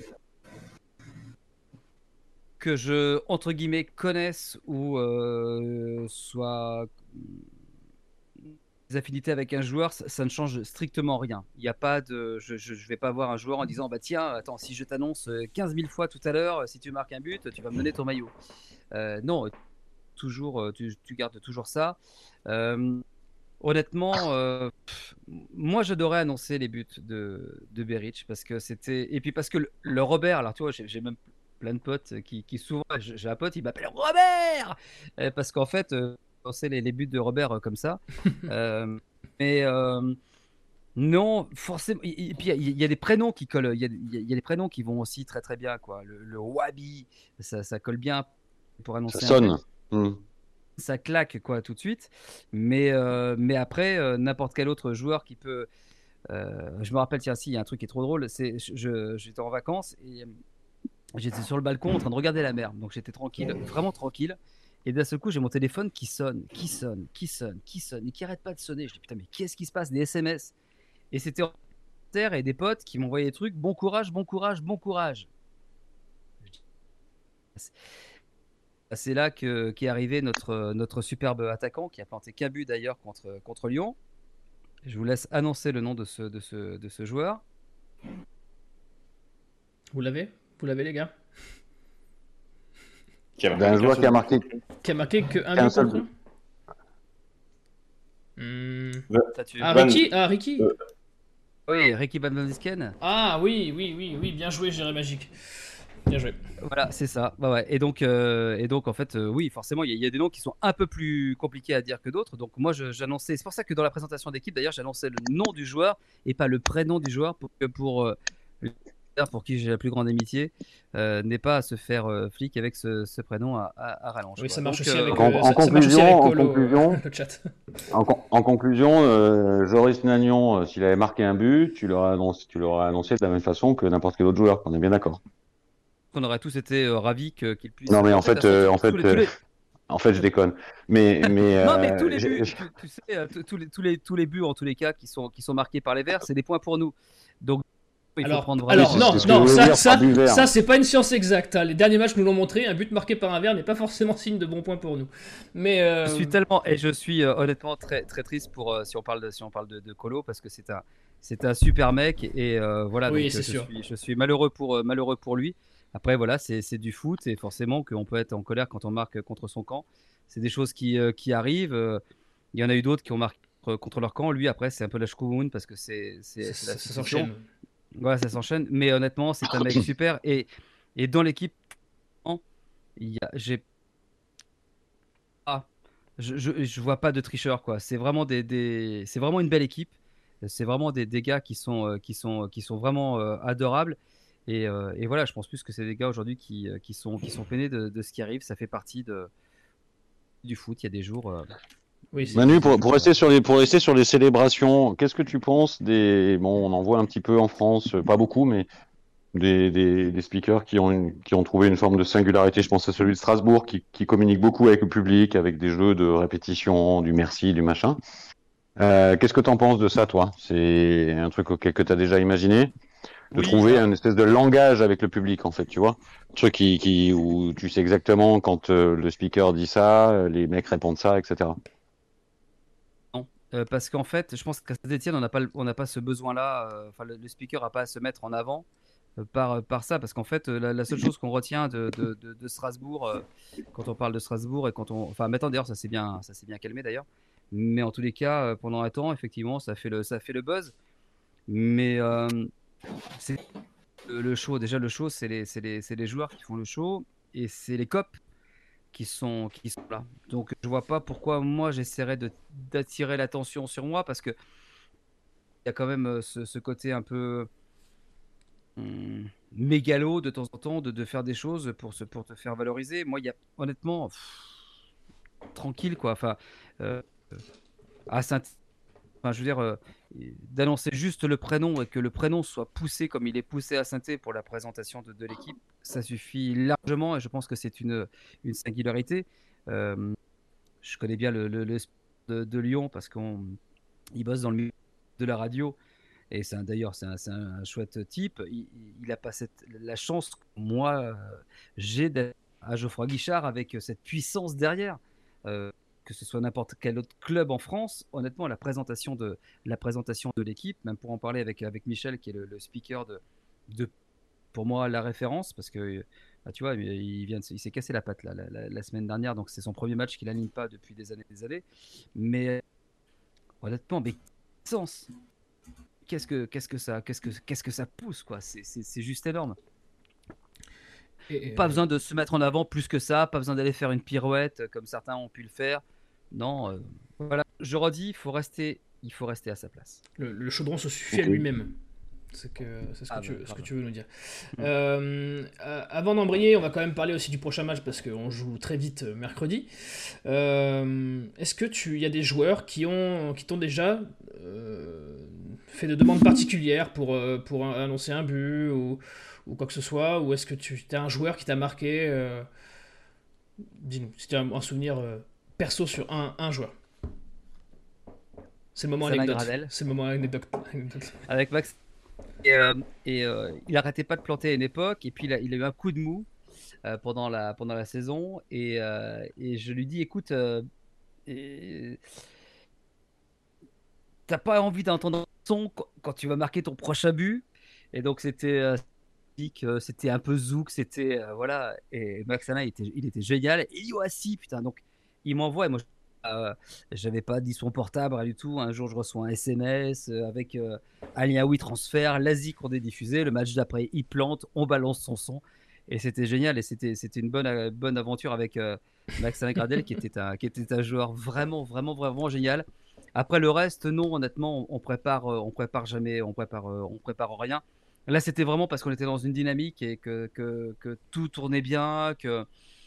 Que je, entre guillemets, connaisse ou euh, soit des affinités avec un joueur, ça, ça ne change strictement rien. Il n'y a pas de, je, je, je vais pas voir un joueur en disant bah tiens, attends, si je t'annonce quinze mille fois tout à l'heure, si tu marques un but, tu vas me donner ton maillot. Euh, non, toujours, tu, tu gardes toujours ça. Euh, honnêtement, euh, pff, moi j'adorais annoncer les buts de, de Beric parce que c'était, et puis parce que le, le Robert, alors tu vois, j'ai, j'ai même plein de potes qui, qui souvent, j'ai un pote, il m'appelle Robert euh, parce qu'en fait, euh, on sait les, les buts de Robert euh, comme ça. euh, mais euh, non, forcément. Et puis il y, y a des prénoms qui collent. Il y, y, y a des prénoms qui vont aussi très très bien, quoi. Le, le Wabi, ça, ça colle bien pour annoncer.
Ça sonne. Mmh.
Ça claque, quoi, tout de suite. Mais euh, mais après, euh, n'importe quel autre joueur qui peut. Euh, je me rappelle, tiens, si, il y a un truc qui est trop drôle. C'est, je, j'étais en vacances et j'étais sur le balcon en train de regarder la mer. Donc j'étais tranquille, vraiment tranquille. Et d'un seul coup, j'ai mon téléphone qui sonne, qui sonne, qui sonne, qui sonne, et qui arrête pas de sonner. Je dis putain, mais qu'est-ce qui se passe? Des S M S. Et c'était en terre et des potes qui m'envoyaient des trucs. Bon courage, bon courage, bon courage. C'est là que, qu'est arrivé notre, notre superbe attaquant qui a planté qu'un but d'ailleurs contre, contre Lyon. Je vous laisse annoncer le nom de ce, de ce, de ce joueur.
Vous l'avez? Vous l'avez, les gars?
Qui a marqué un joueur qui a marqué.
Qui a marqué qu'un but contre eux. Hmm. Ah, Ricky, ah, Ricky.
Euh... Oui, Ricky Van Disken.
Ah oui, oui, oui, oui, bien joué, Géré Magique. Bien joué.
Voilà, c'est ça. Bah ouais. Et donc, euh, et donc, en fait, euh, oui, forcément, il y, y a des noms qui sont un peu plus compliqués à dire que d'autres. Donc, moi, je, j'annonçais. C'est pour ça que dans la présentation d'équipe, d'ailleurs, j'annonçais le nom du joueur et pas le prénom du joueur pour que pour euh, pour qui j'ai la plus grande amitié, euh, n'est pas à se faire euh, flic avec ce, ce prénom à, à, à rallonge.
Oui,
quoi.
ça marche
Donc,
aussi
euh,
avec,
en,
euh,
en
ça,
conclusion,
ça avec
en
Colo,
conclusion,
euh, le chat.
En, en conclusion, euh, Joris Nagnon, euh, s'il avait marqué un but, tu l'aurais annoncé, tu l'aurais annoncé de la même façon que n'importe quel autre joueur. On est bien d'accord.
On aurait tous été euh, ravis que, qu'il puisse.
Non, mais en fait, euh, en fait,
tous les, tous les...
en fait, je déconne. Mais, mais,
non, mais
euh,
tous les
j'ai-
buts, tu, tu sais, tous les, tous les, tous les buts en tous les cas qui sont, qui sont marqués par les Verts, c'est des points pour nous. Donc il faut
Alors,
prendre vraiment.
alors
c'est-
non,
c'est ce que
non,
je voulais
ça,
dire
ça,
par but vert.
ça, c'est pas une science exacte. hein. Les derniers matchs nous l'ont montré. Un but marqué par un vert n'est pas forcément signe de bons points pour nous. Mais euh,
Je suis tellement et je suis euh, honnêtement très très triste pour euh, si on parle de si on parle de, de Colo parce que c'est un c'est un super mec et euh, voilà
Oui,
donc
c'est
euh, je
sûr.
suis je suis malheureux pour euh, malheureux pour lui. Après voilà c'est c'est du foot et forcément qu'on peut être en colère quand on marque contre son camp. C'est des choses qui euh, qui arrivent. euh, Il y en a eu d'autres qui ont marqué contre- contre leur camp. Lui après c'est un peu la choucoumoune parce que c'est c'est
ça,
c'est la
ça- ça
situation.
s'enchaîne.
Voilà ça s'enchaîne. Mais honnêtement c'est un mec super et et dans l'équipe il y a j'ai ah, je, je, je vois pas de tricheur quoi. C'est vraiment des, des c'est vraiment une belle équipe. C'est vraiment des, des gars qui sont euh, qui sont qui sont vraiment euh, adorables. Et, euh, et voilà, je pense plus que c'est des gars aujourd'hui qui, euh, qui sont qui sont peinés de, de ce qui arrive. Ça fait partie de du foot. Il y a des jours. euh,
Oui, c'est-
Manu, pour, pour rester sur les, pour rester sur les célébrations, qu'est-ce que tu penses des, bon, on en voit un petit peu en France, euh, pas beaucoup, mais des, des, des speakers qui ont une, qui ont trouvé une forme de singularité. Je pense à celui de Strasbourg, qui, qui communique beaucoup avec le public, avec des jeux de répétition, du merci, du machin. Euh, qu'est-ce que tu en penses de ça, toi? C'est un truc auquel que tu as déjà imaginé? De
Oui,
trouver
alors-
un espèce de langage avec le public, en fait, tu vois? Un truc qui, qui, où tu sais exactement quand euh, le speaker dit ça, euh, les mecs répondent ça, et cetera.
non. Euh, parce qu'en fait, je pense qu'à Saint-Etienne, on n'a pas le- on n'a pas ce besoin-là. euh, Enfin, le, le speaker n'a pas à se mettre en avant. euh, Par, par ça, parce qu'en fait, euh, la, la seule chose qu'on retient de, de, de, de Strasbourg, euh, quand on parle de Strasbourg et quand on, enfin, maintenant d'ailleurs, ça s'est bien, ça s'est bien calmé d'ailleurs, mais en tous les cas, euh, pendant un temps, effectivement, ça fait le, ça fait le buzz. Mais euh, c'est le, le show. Déjà, le show, c'est les, c'est les, c'est les joueurs qui font le show et c'est les cops qui sont, qui sont là. Donc, je vois pas pourquoi moi j'essaierais de d'attirer l'attention sur moi parce que il y a quand même euh, ce, ce côté un peu hum, mégalo de temps en temps de, de faire des choses pour, se, pour te faire valoriser. Moi, il y a honnêtement pff, tranquille quoi. Enfin, euh, à Saint, enfin, je veux dire, euh, d'annoncer juste le prénom et que le prénom soit poussé comme il est poussé à Saint-Étienne pour la présentation de, de l'équipe, ça suffit largement et je pense que c'est une, une singularité. Euh, je connais bien le, le, le de, de Lyon parce qu'il bosse dans le milieu de la radio. Et c'est un, d'ailleurs, c'est un, c'est un chouette type. Il, il a pas cette, la chance que moi, euh, j'ai d'être à Geoffroy Guichard avec cette puissance derrière. Euh, que ce soit n'importe quel autre club en France, honnêtement, la présentation de, la présentation de l'équipe, même pour en parler avec, avec Michel, qui est le, le speaker de, de, pour moi, la référence, parce que, bah, tu vois, il, vient de, il s'est cassé la patte là, la, la, la semaine dernière, donc c'est son premier match qu'il n'aligne pas depuis des années des années. Mais honnêtement, mais sens. Qu'est-ce que, qu'est-ce que ça, qu'est-ce que, qu'est-ce que ça pousse, quoi. C'est, c'est, c'est juste énorme. Et, pas euh... besoin de se mettre en avant plus que ça, pas besoin d'aller faire une pirouette comme certains ont pu le faire. Non, euh, voilà. Je redis, il faut rester, il faut rester à sa place.
Le, le chaudron se suffit à lui-même. C'est, que, c'est ce, que ah tu, bah, ce que tu veux nous dire. Mmh. Euh, euh, avant d'embrayer, on va quand même parler aussi du prochain match parce qu'on joue très vite mercredi. Euh, est-ce que tu, y a des joueurs qui ont, qui t'ont déjà euh, fait de demandes particulières pour, pour annoncer un but ou, ou quoi que ce soit, ou est-ce que tu as un joueur qui t'a marqué euh, dis-nous, si tu as un, un souvenir euh, perso sur un, un joueur. C'est le moment
Sana
anecdote.
Gradel.
C'est le moment anecdote.
Avec Max. Et, euh, et euh, il arrêtait pas de planter à une époque, et puis il a, il a eu un coup de mou euh, pendant, la, pendant la saison, et, euh, et je lui dis, écoute, euh, et... t'as pas envie d'entendre un son quand, quand tu vas marquer ton prochain but, et donc c'était, euh, c'était un peu zouk, c'était, euh, voilà, et Max Sana, il était, il était génial, et il dit, ouais, si, putain, donc il m'envoie, et moi, je Euh, j'avais pas dit son portable, rien du tout. Un jour, je reçois un S M S euh, avec euh, un lien oui transfert, l'Asie qu'on est diffusé. Le match d'après, il plante, on balance son son, et c'était génial. Et c'était, c'était une bonne, euh, bonne aventure avec euh, Max Gradel, qui était un, qui était un joueur vraiment, vraiment, vraiment génial. Après le reste, non, honnêtement, on prépare, on prépare jamais, on prépare, on prépare rien. Là, c'était vraiment parce qu'on était dans une dynamique et que, que, que tout tournait bien, que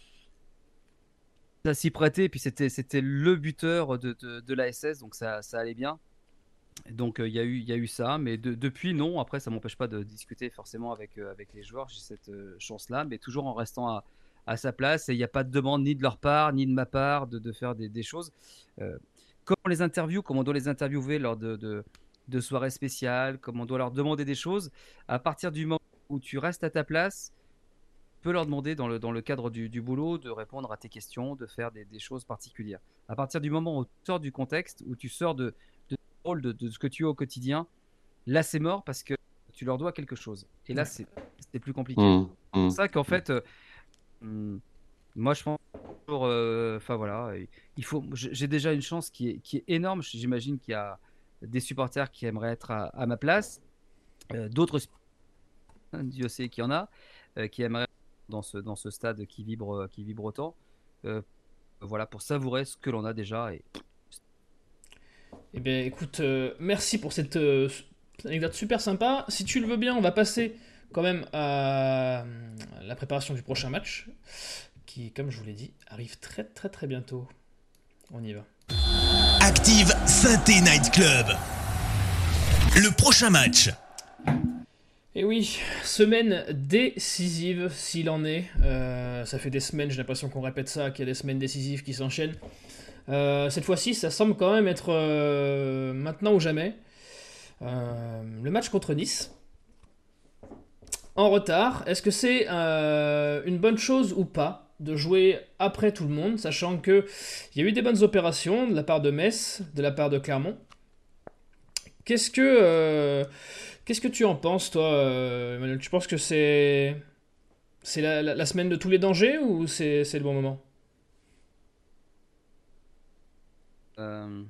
ça s'y prêtait, puis c'était, c'était le buteur de, de, de l'A S S, donc ça, ça allait bien. Donc il euh, y, y a eu ça, mais de, depuis, non. Après, ça ne m'empêche pas de discuter forcément avec, euh, avec les joueurs, j'ai cette euh, chance-là, mais toujours en restant à, à sa place, et il n'y a pas de demande ni de leur part, ni de ma part, de, de faire des, des choses. Euh, comme on les interviewe, comme on doit les interviewer lors de, de, de soirées spéciales, comme on doit leur demander des choses, à partir du moment où tu restes à ta place, peut leur demander dans le, dans le cadre du, du boulot de répondre à tes questions, de faire des, des choses particulières. À partir du moment où tu sors du contexte, où tu sors de, de, de, de ce que tu as au quotidien, là c'est mort parce que tu leur dois quelque chose. Et là c'est, c'est plus compliqué. Mmh, mmh. C'est pour ça qu'en fait, euh, moi je pense toujours, enfin euh, voilà, il faut, j'ai déjà une chance qui est, qui est énorme. J'imagine qu'il y a des supporters qui aimeraient être à, à ma place, euh, d'autres, Dieu sait qu'il y en a, euh, qui aimeraient dans ce, dans ce stade qui vibre, qui vibre autant. Euh, voilà, pour savourer ce que l'on a déjà. Et...
Eh bien, écoute, euh, merci pour cette euh, anecdote super sympa. Si tu le veux bien, on va passer quand même à la préparation du prochain match, qui, comme je vous l'ai dit, arrive très très très bientôt. On y va.
Active Saint-Étienne Night Club. Le prochain match.
Et oui, semaine décisive s'il en est. Euh, ça fait des semaines, j'ai l'impression qu'on répète ça, qu'il y a des semaines décisives qui s'enchaînent. Euh, cette fois-ci, ça semble quand même être euh, maintenant ou jamais. Euh, le match contre Nice. En retard, est-ce que c'est euh, une bonne chose ou pas de jouer après tout le monde, sachant qu'il y a eu des bonnes opérations de la part de Metz, de la part de Clermont. Qu'est-ce que... Euh, Qu'est-ce que tu en penses, toi, euh, Emmanuel ? Tu penses que c'est, c'est la, la, la semaine de tous les dangers ou c'est, c'est le bon moment ?
euh...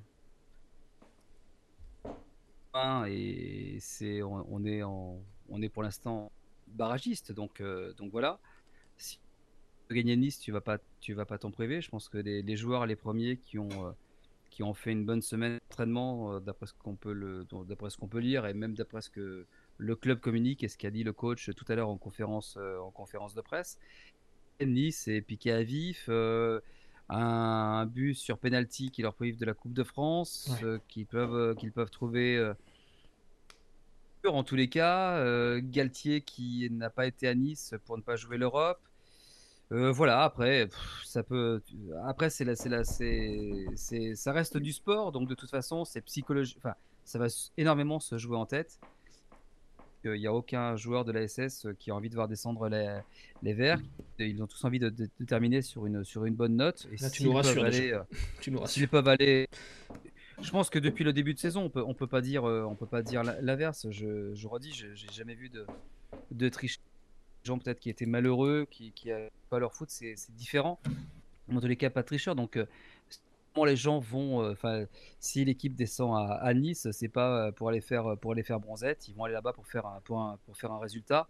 Et c'est, on, on, est en, on est pour l'instant barragiste, donc, euh, donc voilà. Si tu gagnes Nice, tu vas pas, tu vas pas t'en priver. Je pense que les, les joueurs, les premiers qui ont... Euh, qui ont fait une bonne semaine d'entraînement, euh, d'après ce qu'on peut le, d'après ce qu'on peut lire, et même d'après ce que le club communique et ce qu'a dit le coach tout à l'heure en conférence, euh, en conférence de presse. Nice est piqué à vif, euh, un, un but sur penalty qui leur prive de la Coupe de France, ouais. euh, qu'ils peuvent, euh, qu'ils peuvent trouver euh, en tous les cas. Euh, Galtier qui n'a pas été à Nice pour ne pas jouer l'Europe. Euh, voilà, après, pff, ça peut. Après, c'est la, c'est la, c'est, c'est, ça reste du sport, donc de toute façon, c'est psychologique. Enfin, ça va s- énormément se jouer en tête. Il n'y a aucun joueur de la S S qui a envie de voir descendre les, les Verts. Ils ont tous envie de, de- de terminer sur une, sur une bonne note. Et
Là, tu nous
s'ils peuvent
rassures déjà.
aller, euh,
Tu nous
s'ils
rassures.
peuvent aller. Je pense que depuis le début de saison, on peut, on peut pas dire, euh, on peut pas dire la- l'inverse. Je, je redis, je- j'ai jamais vu de, de triche. Des gens peut-être qui étaient malheureux, qui, qui avaient pas leur foot, c'est, c'est différent. Dans tous les cas, pas de tricheur. Donc, euh, comment les gens vont, euh, enfin, si l'équipe descend à, à Nice, c'est pas euh, pour aller faire pour aller faire bronzette. Ils vont aller là-bas pour faire un pour, un- pour faire un résultat.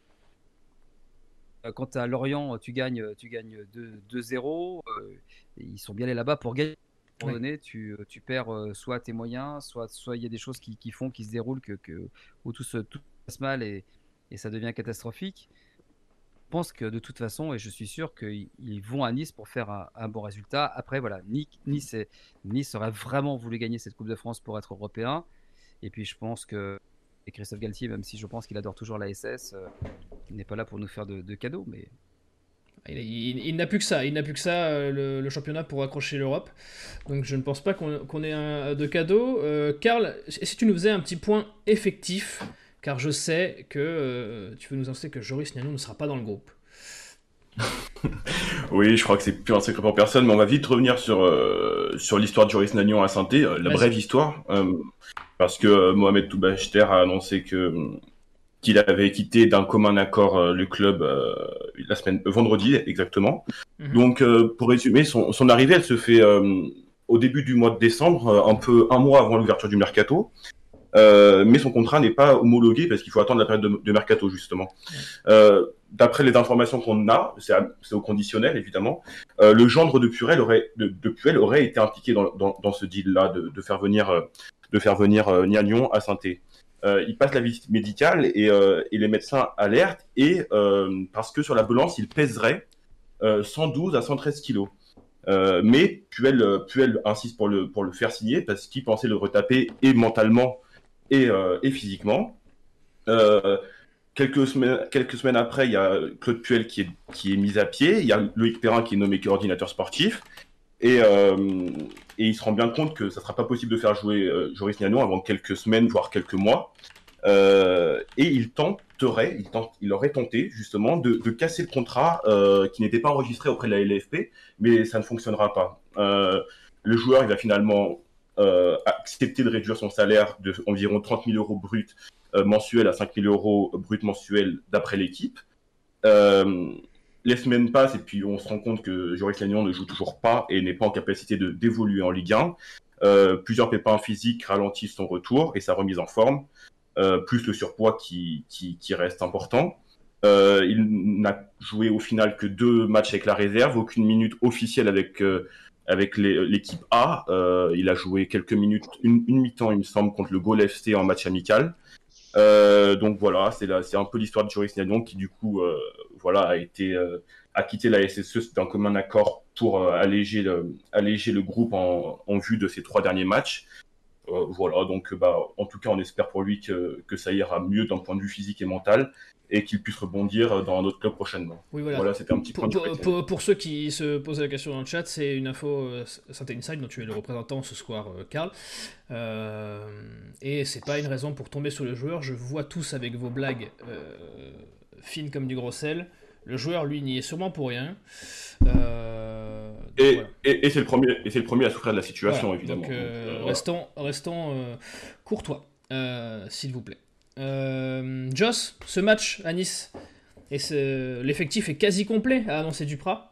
Euh, Quand tu à Lorient, tu gagnes tu gagnes deux 2-0. euh, ils sont bien allés là-bas pour gagner. À un moment
Oui.
donné, tu, tu perds euh, soit tes moyens, soit soit il y a des choses qui, qui font, qui se déroulent, que, que où tout se tout se passe mal et, et ça devient catastrophique. Je pense que de toute façon, et je suis sûr qu'ils ils vont à Nice pour faire un, un bon résultat. Après, voilà, Ni- Nice, est- Nice aurait vraiment voulu gagner cette Coupe de France pour être européen. Et puis, je pense que et Christophe Galtier, même si je pense qu'il adore toujours la S S, euh, il n'est pas là pour nous faire de, de cadeaux. Mais
Il, il- il n'a plus que ça, il n'a plus que ça, euh, le, le championnat pour accrocher l'Europe. Donc je ne pense pas qu'on qu'on ait un, de cadeau. Euh, Karl, si tu nous faisais un petit point effectif, car je sais que euh, tu veux nous annoncer que Joris Niano ne sera pas dans le groupe.
Oui, je crois que c'est plus un secret pour personne, mais on va vite revenir sur, euh, sur l'histoire de Joris Nagnon à Saint-Étienne, euh, la
Vas-y.
brève histoire, euh, parce que euh, Mohamed Toubachter a annoncé que euh, qu'il avait quitté d'un commun accord euh, le club euh, la semaine euh, vendredi exactement.
Mhm.
Donc, euh, pour résumer, son, son arrivée, elle se fait euh, au début du mois de décembre, euh, un peu un mois avant l'ouverture du mercato. Euh, mais son contrat n'est pas homologué parce qu'il faut attendre la période de, de mercato justement. Euh, D'après les informations qu'on a, c'est, à- c'est au conditionnel évidemment, euh, le gendre de Puel aurait, de, de Puel aurait été impliqué dans, dans, dans ce deal-là de, de faire venir, euh, de faire venir euh, Niagnon à Saint-Étienne. Euh, il passe la visite médicale et, euh, et les médecins alertent et euh, parce que sur la balance il pèserait euh, cent douze à cent treize kilos. Euh, mais Puel, euh, Puel insiste pour le, pour le faire signer parce qu'il pensait le retaper et mentalement et, euh, et physiquement. Euh, quelques, semaines, quelques semaines après, il y a Claude Puel qui est, qui est mis à pied, il y a Loïc Perrin qui est nommé coordinateur sportif, et, euh, et il se rend bien compte que ça ne sera pas possible de faire jouer euh, Joris Niano avant quelques semaines, voire quelques mois. Euh, et il tenterait, il, tente, il aurait tenté justement de, de casser le contrat euh, qui n'était pas enregistré auprès de la L F P, mais ça ne fonctionnera pas. Euh, le joueur, il va finalement euh, accepter de réduire son salaire de environ trente mille euros bruts euh, mensuels à cinq mille euros bruts mensuels d'après l'équipe. Euh, les semaines passent et puis on se rend compte que Joris Niano ne joue toujours pas et n'est pas en capacité de, d'évoluer en Ligue un. Euh, plusieurs pépins physiques ralentissent son retour et sa remise en forme. Euh, plus le surpoids qui, qui, qui reste important. Euh, il n'a joué au final que deux matchs avec la réserve, aucune minute officielle avec, euh, avec les, l'équipe A. Euh, il a joué quelques minutes, une, une mi-temps, il me semble, contre le Gaulle F C en match amical. Euh, donc voilà, c'est, la, c'est un peu l'histoire de Joris Niagnon qui du coup euh, voilà, a, été, euh, a quitté la S S E d'un commun accord pour euh, alléger, le, alléger le groupe en, en vue de ses trois derniers matchs. Euh, voilà, donc bah, en tout cas, on espère pour lui que, que ça ira mieux d'un point de vue physique et mental et qu'il puisse rebondir dans un autre club prochainement.
Oui, voilà.
Voilà, c'était un petit point
Pour,
de
pour, pour, pour ceux qui se posent la question dans le chat, c'est une info euh, Saint Inside dont tu es le représentant ce soir, euh, Karl. Euh, et c'est pas une raison pour tomber sur le joueur. Je vois tous avec vos blagues euh, fines comme du gros sel. Le joueur, lui, n'y est sûrement pour rien. Euh,
et,
voilà.
et, et, c'est le premier, et c'est le premier à souffrir de la situation,
voilà.
évidemment.
Donc, euh,
donc, euh,
restons, restons euh, courtois, euh, s'il vous plaît. Euh, Joss, ce match à Nice, et ce, l'effectif est quasi complet, a annoncé Duprat.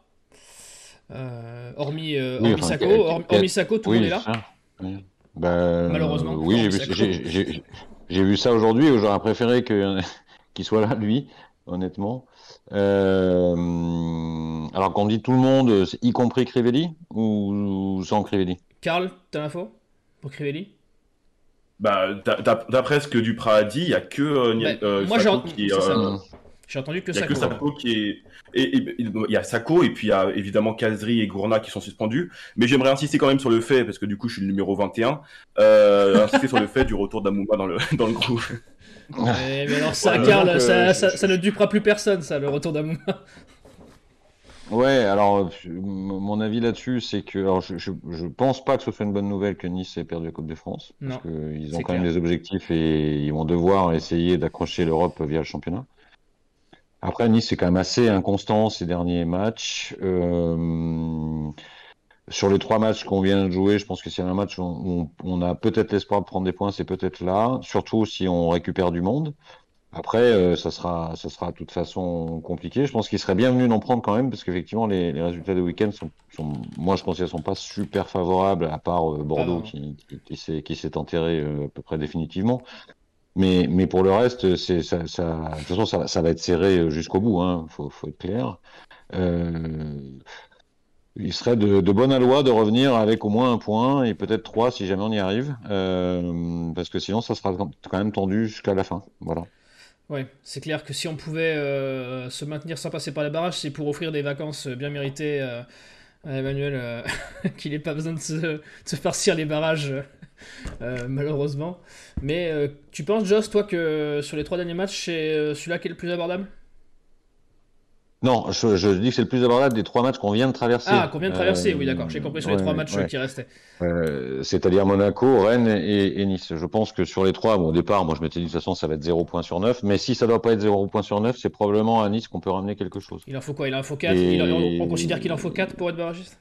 Euh, hormis euh,
Oui,
hormis
enfin,
Sako,
quel-
hormis,
quel-
hormis Sako, tout le
oui,
monde est là.
ça. Oui. Ben,
Malheureusement,
oui, j'ai
hormis
vu,
Sako.
j'ai, j'ai, j'ai vu ça aujourd'hui. J'aurais préféré que, qu'il soit là, lui, honnêtement. Euh, alors qu'on dit tout le monde, y compris Crivelli ou, ou sans Crivelli?
Karl, t'as l'info pour Crivelli?
bah, d'après ce que Duprat a dit, il n'y a que euh,
bah,
euh,
moi,
Sako
j'ai,
qui
c'est ça.
euh,
J'ai entendu que
il y a
Sako.
que Sako qui est. Et, et, il y a Sako et puis il y a évidemment Kazri et Gourna qui sont suspendus. Mais j'aimerais insister quand même sur le fait, parce que du coup je suis le numéro vingt et un, euh, insister sur le fait du retour d'Amouma dans le, dans le groupe.
Ouais, mais alors ça,
Voilà,
Karl,
donc, euh,
ça,
je-
ça,
je-
ça ne dupera plus personne, ça, le retour d'Amouma.
Ouais, alors mon avis là-dessus, c'est que alors, je, je, je pense pas que ce soit une bonne nouvelle que Nice ait perdu la Coupe de France, parce
Non,
que ils ont
c'est
quand même
clair.
des objectifs et ils vont devoir essayer d'accrocher l'Europe via le championnat. Après, Nice, c'est quand même assez inconstant ces derniers matchs. Euh, sur les trois matchs qu'on vient de jouer, je pense que s'il y a un match où on, on a peut-être l'espoir de prendre des points, c'est peut-être là, surtout si on récupère du monde. Après, euh, ça sera, ça sera de toute façon compliqué. Je pense qu'il serait bienvenu d'en prendre quand même, parce qu'effectivement, les, les résultats de week-end sont, sont, moi, je considère, sont pas super favorables, à part euh,
Pas
Bordeaux
vraiment.
qui, qui, qui s'est, qui s'est enterré euh, à peu près définitivement. Mais, mais pour le reste, c'est, ça, ça, de toute façon, ça, ça va être serré jusqu'au bout, hein. Faut, faut être clair. Euh, il serait de, de bonne loi de revenir avec au moins un point et peut-être trois si jamais on y arrive, euh, parce que sinon, ça sera quand même tendu jusqu'à la fin. Voilà.
Ouais, c'est clair que si on pouvait euh, se maintenir sans passer par les barrages, c'est pour offrir des vacances bien méritées euh, à Emmanuel, euh, qu'il n'ait pas besoin de se, de se farcir les barrages, euh, malheureusement. Mais euh, tu penses, Joss, toi, que sur les trois derniers matchs, c'est euh, celui-là qui est le plus abordable?
Non, je, je dis que c'est le plus abordable des trois matchs qu'on vient de
Ah,
traverser.
qu'on vient de
Euh,
traverser, oui, d'accord. J'ai compris sur les trois
ouais,
matchs
ouais.
qui restaient.
Euh, c'est-à-dire Monaco, Rennes et, et Nice. Je pense que sur les trois, bon, au départ, moi je m'étais dit de toute façon ça va être zéro point sur neuf, mais si ça doit pas être zéro point sur neuf, c'est probablement à Nice qu'on peut ramener quelque chose.
Il en faut quoi? Il en faut quatre. Il en- on considère qu'il en faut
Et
quatre pour être barragiste?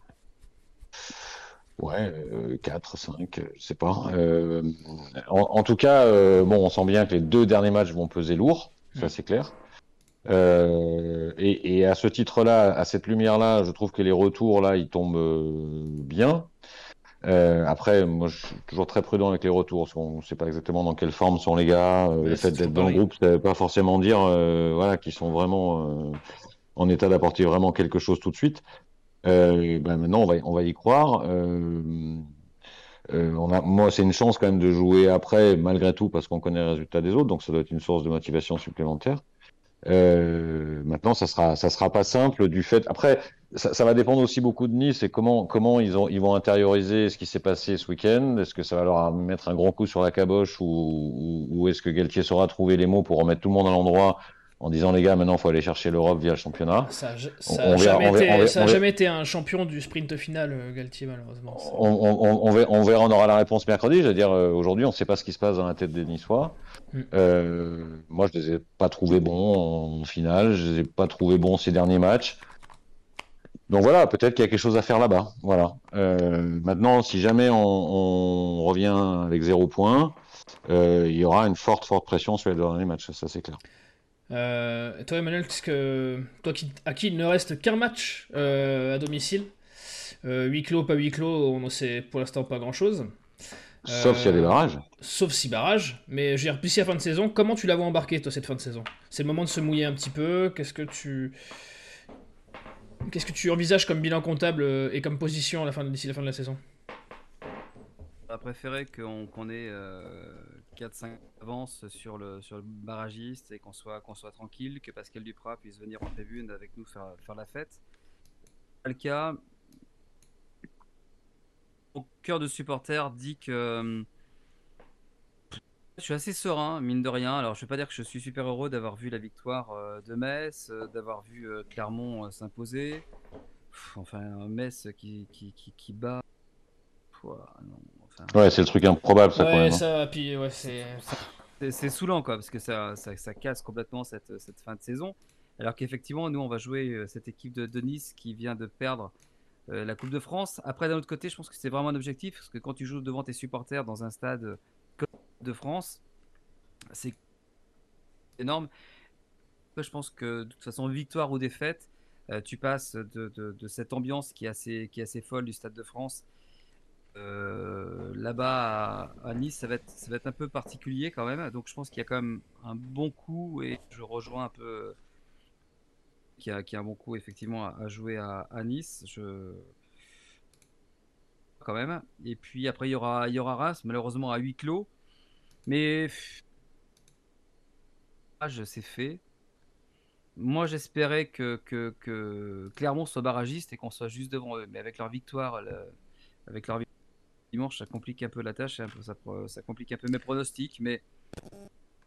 ouais, euh, quatre, cinq, je sais pas. Euh, en, en tout cas, euh, bon, on sent bien que les deux derniers matchs vont peser lourd, ça
Hmm.
c'est clair. Euh, et, et à ce titre-là, à cette lumière-là, je trouve que les retours là, ils tombent euh, bien. Euh, après, moi, je suis toujours très prudent avec les retours, parce qu'on ne sait pas exactement dans quelle forme sont les gars. Euh, le
Ouais, c'est
fait
toujours
d'être dans le
pareil.
groupe, ça ne veut pas forcément dire, euh, voilà, qu'ils sont vraiment euh, en état d'apporter vraiment quelque chose tout de suite. Euh, ben maintenant, on va, on va y croire. Euh, euh, on a, moi, c'est une chance quand même de jouer après, malgré tout, parce qu'on connaît les résultats des autres, donc ça doit être une source de motivation supplémentaire. Euh, maintenant, ça sera, ça sera pas simple du fait. Après, ça, ça va dépendre aussi beaucoup de Nice et comment, comment ils, ont, ils vont intérioriser ce qui s'est passé ce week-end. Est-ce que ça va leur mettre un grand coup sur la caboche ou, ou, ou est-ce que Galtier saura trouver les mots pour remettre tout le monde à l'endroit en disant les gars, maintenant, il faut aller chercher l'Europe via le championnat.
Ça a, ja-
On,
ça a
on verra,
jamais
on verra, on
été,
verra,
ça a
on verra,
jamais été un champion du sprint final, euh, Galtier, malheureusement. C'est-
on, on, on verra, on verra, on aura la réponse mercredi. Je veux dire, euh, aujourd'hui, on ne sait pas ce qui se passe dans la tête des Niçois.
Hmm.
Euh, moi, je les ai pas trouvés bons en finale. Je les ai pas trouvés bons ces derniers matchs. Donc voilà, peut-être qu'il y a quelque chose à faire là-bas. Voilà. Euh, maintenant, si jamais on, on revient avec zéro point, euh, il y aura une forte, forte pression sur les deux derniers matchs. Ça, c'est clair.
Euh, et toi, Emmanuel, qu'est-ce que, toi qui, à qui il ne reste qu'un match euh, à domicile, euh, huis clos, pas huis clos, on ne sait pour l'instant pas grand-chose.
Sauf s'il y a des
Euh,
barrages.
Sauf si barrage, mais je veux dire, d'ici la fin de saison, comment tu la vois embarquer, toi, cette fin de saison? C'est le moment de se mouiller un petit peu. Qu'est-ce que tu, qu'est-ce que tu envisages comme bilan comptable euh, et comme position à la fin, d'ici la fin de la saison?
J'aurais préféré qu'on qu'on ait euh, quatre cinq avances sur le, sur le barragiste et qu'on soit, qu'on soit tranquille, que Pascal Duprat puisse venir en tribune avec nous faire, faire la fête. Pas le cas. Mon cœur de supporter dit que euh, je suis assez serein, mine de rien. Alors, je ne vais pas dire que je suis super heureux d'avoir vu la victoire euh, de Metz, euh, d'avoir vu euh, Clermont euh, s'imposer. Pff, Enfin, un Metz qui, qui, qui, qui bat. Pouah, non, enfin,
Ouais, c'est le truc improbable, ça, quand
Ouais,
même. Hein.
ça, puis ouais, c'est.
c'est c'est saoulant, quoi, parce que ça, ça, ça casse complètement cette, cette fin de saison. Alors qu'effectivement, nous, on va jouer euh, cette équipe de, de Nice qui vient de perdre euh, la Coupe de France. Après, d'un autre côté, je pense que c'est vraiment un objectif, parce que quand tu joues devant tes supporters dans un stade comme de France, c'est énorme. Je pense que de toute façon, victoire ou défaite, euh, tu passes de, de, de cette ambiance qui est assez, qui est assez folle du Stade de France. Euh, là-bas à, à Nice, ça va, être, ça va être un peu particulier quand même. Donc je pense qu'il y a quand même un bon coup et je rejoins un peu qu'il y a, qu'il y a un bon coup effectivement à, à jouer à, à Nice. Je quand même. Et puis après il y aura, il y aura Reims, malheureusement à huis clos. Mais ah, je c'est fait. Moi, j'espérais que, que, que Clermont soit barragiste et qu'on soit juste devant eux. Mais avec leur victoire, le, avec leur victoire dimanche, ça complique un peu la tâche, un peu, ça, ça complique un peu mes pronostics. Mais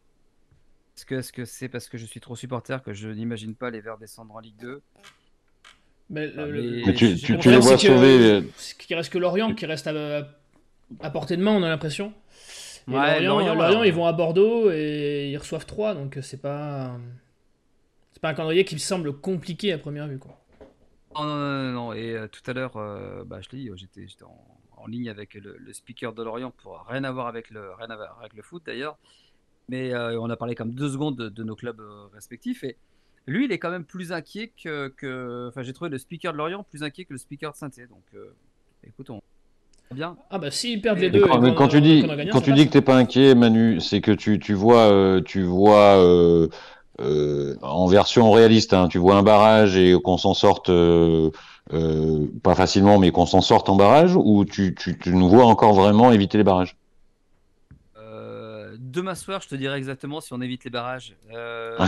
est-ce que est-ce que c'est parce que je suis trop supporter que je n'imagine pas les Verts descendre en Ligue deux?
Mais, le,
ah,
mais
le, tu, tu, tu les vois sauver.
Qu'il reste que Lorient qui reste à, à portée de main, on a l'impression. Et
ouais,
Lorient,
Lorient,
Lorient
alors...
ils vont à Bordeaux et ils reçoivent trois, donc c'est pas c'est pas un calendrier qui me semble compliqué à première vue, quoi.
Non, non, non, non. Et euh, tout à l'heure, euh, bah, je l'ai dit, j'étais, j'étais en, en ligne avec le, le speaker de Lorient pour rien avoir avec le, rien avoir avec le foot d'ailleurs. Mais euh, on a parlé comme deux secondes de, de nos clubs euh, respectifs. Et lui, il est quand même plus inquiet que. que... Enfin, j'ai trouvé le speaker de Lorient plus inquiet que le speaker de Saint-Étienne. Donc, euh, écoute, on. Bien.
Ah bah s'ils perdent les deux.
Quand, mais quand tu dis, gagnant, quand tu dis que t'es pas inquiet, Manu, c'est que tu, tu vois, euh, tu vois. Euh... Euh, en version réaliste, hein, tu vois un barrage et qu'on s'en sorte euh, euh, pas facilement, mais qu'on s'en sorte en barrage, ou tu, tu, tu nous vois encore vraiment éviter les barrages?
euh, Demain soir, je te dirai exactement si on évite les barrages. Euh...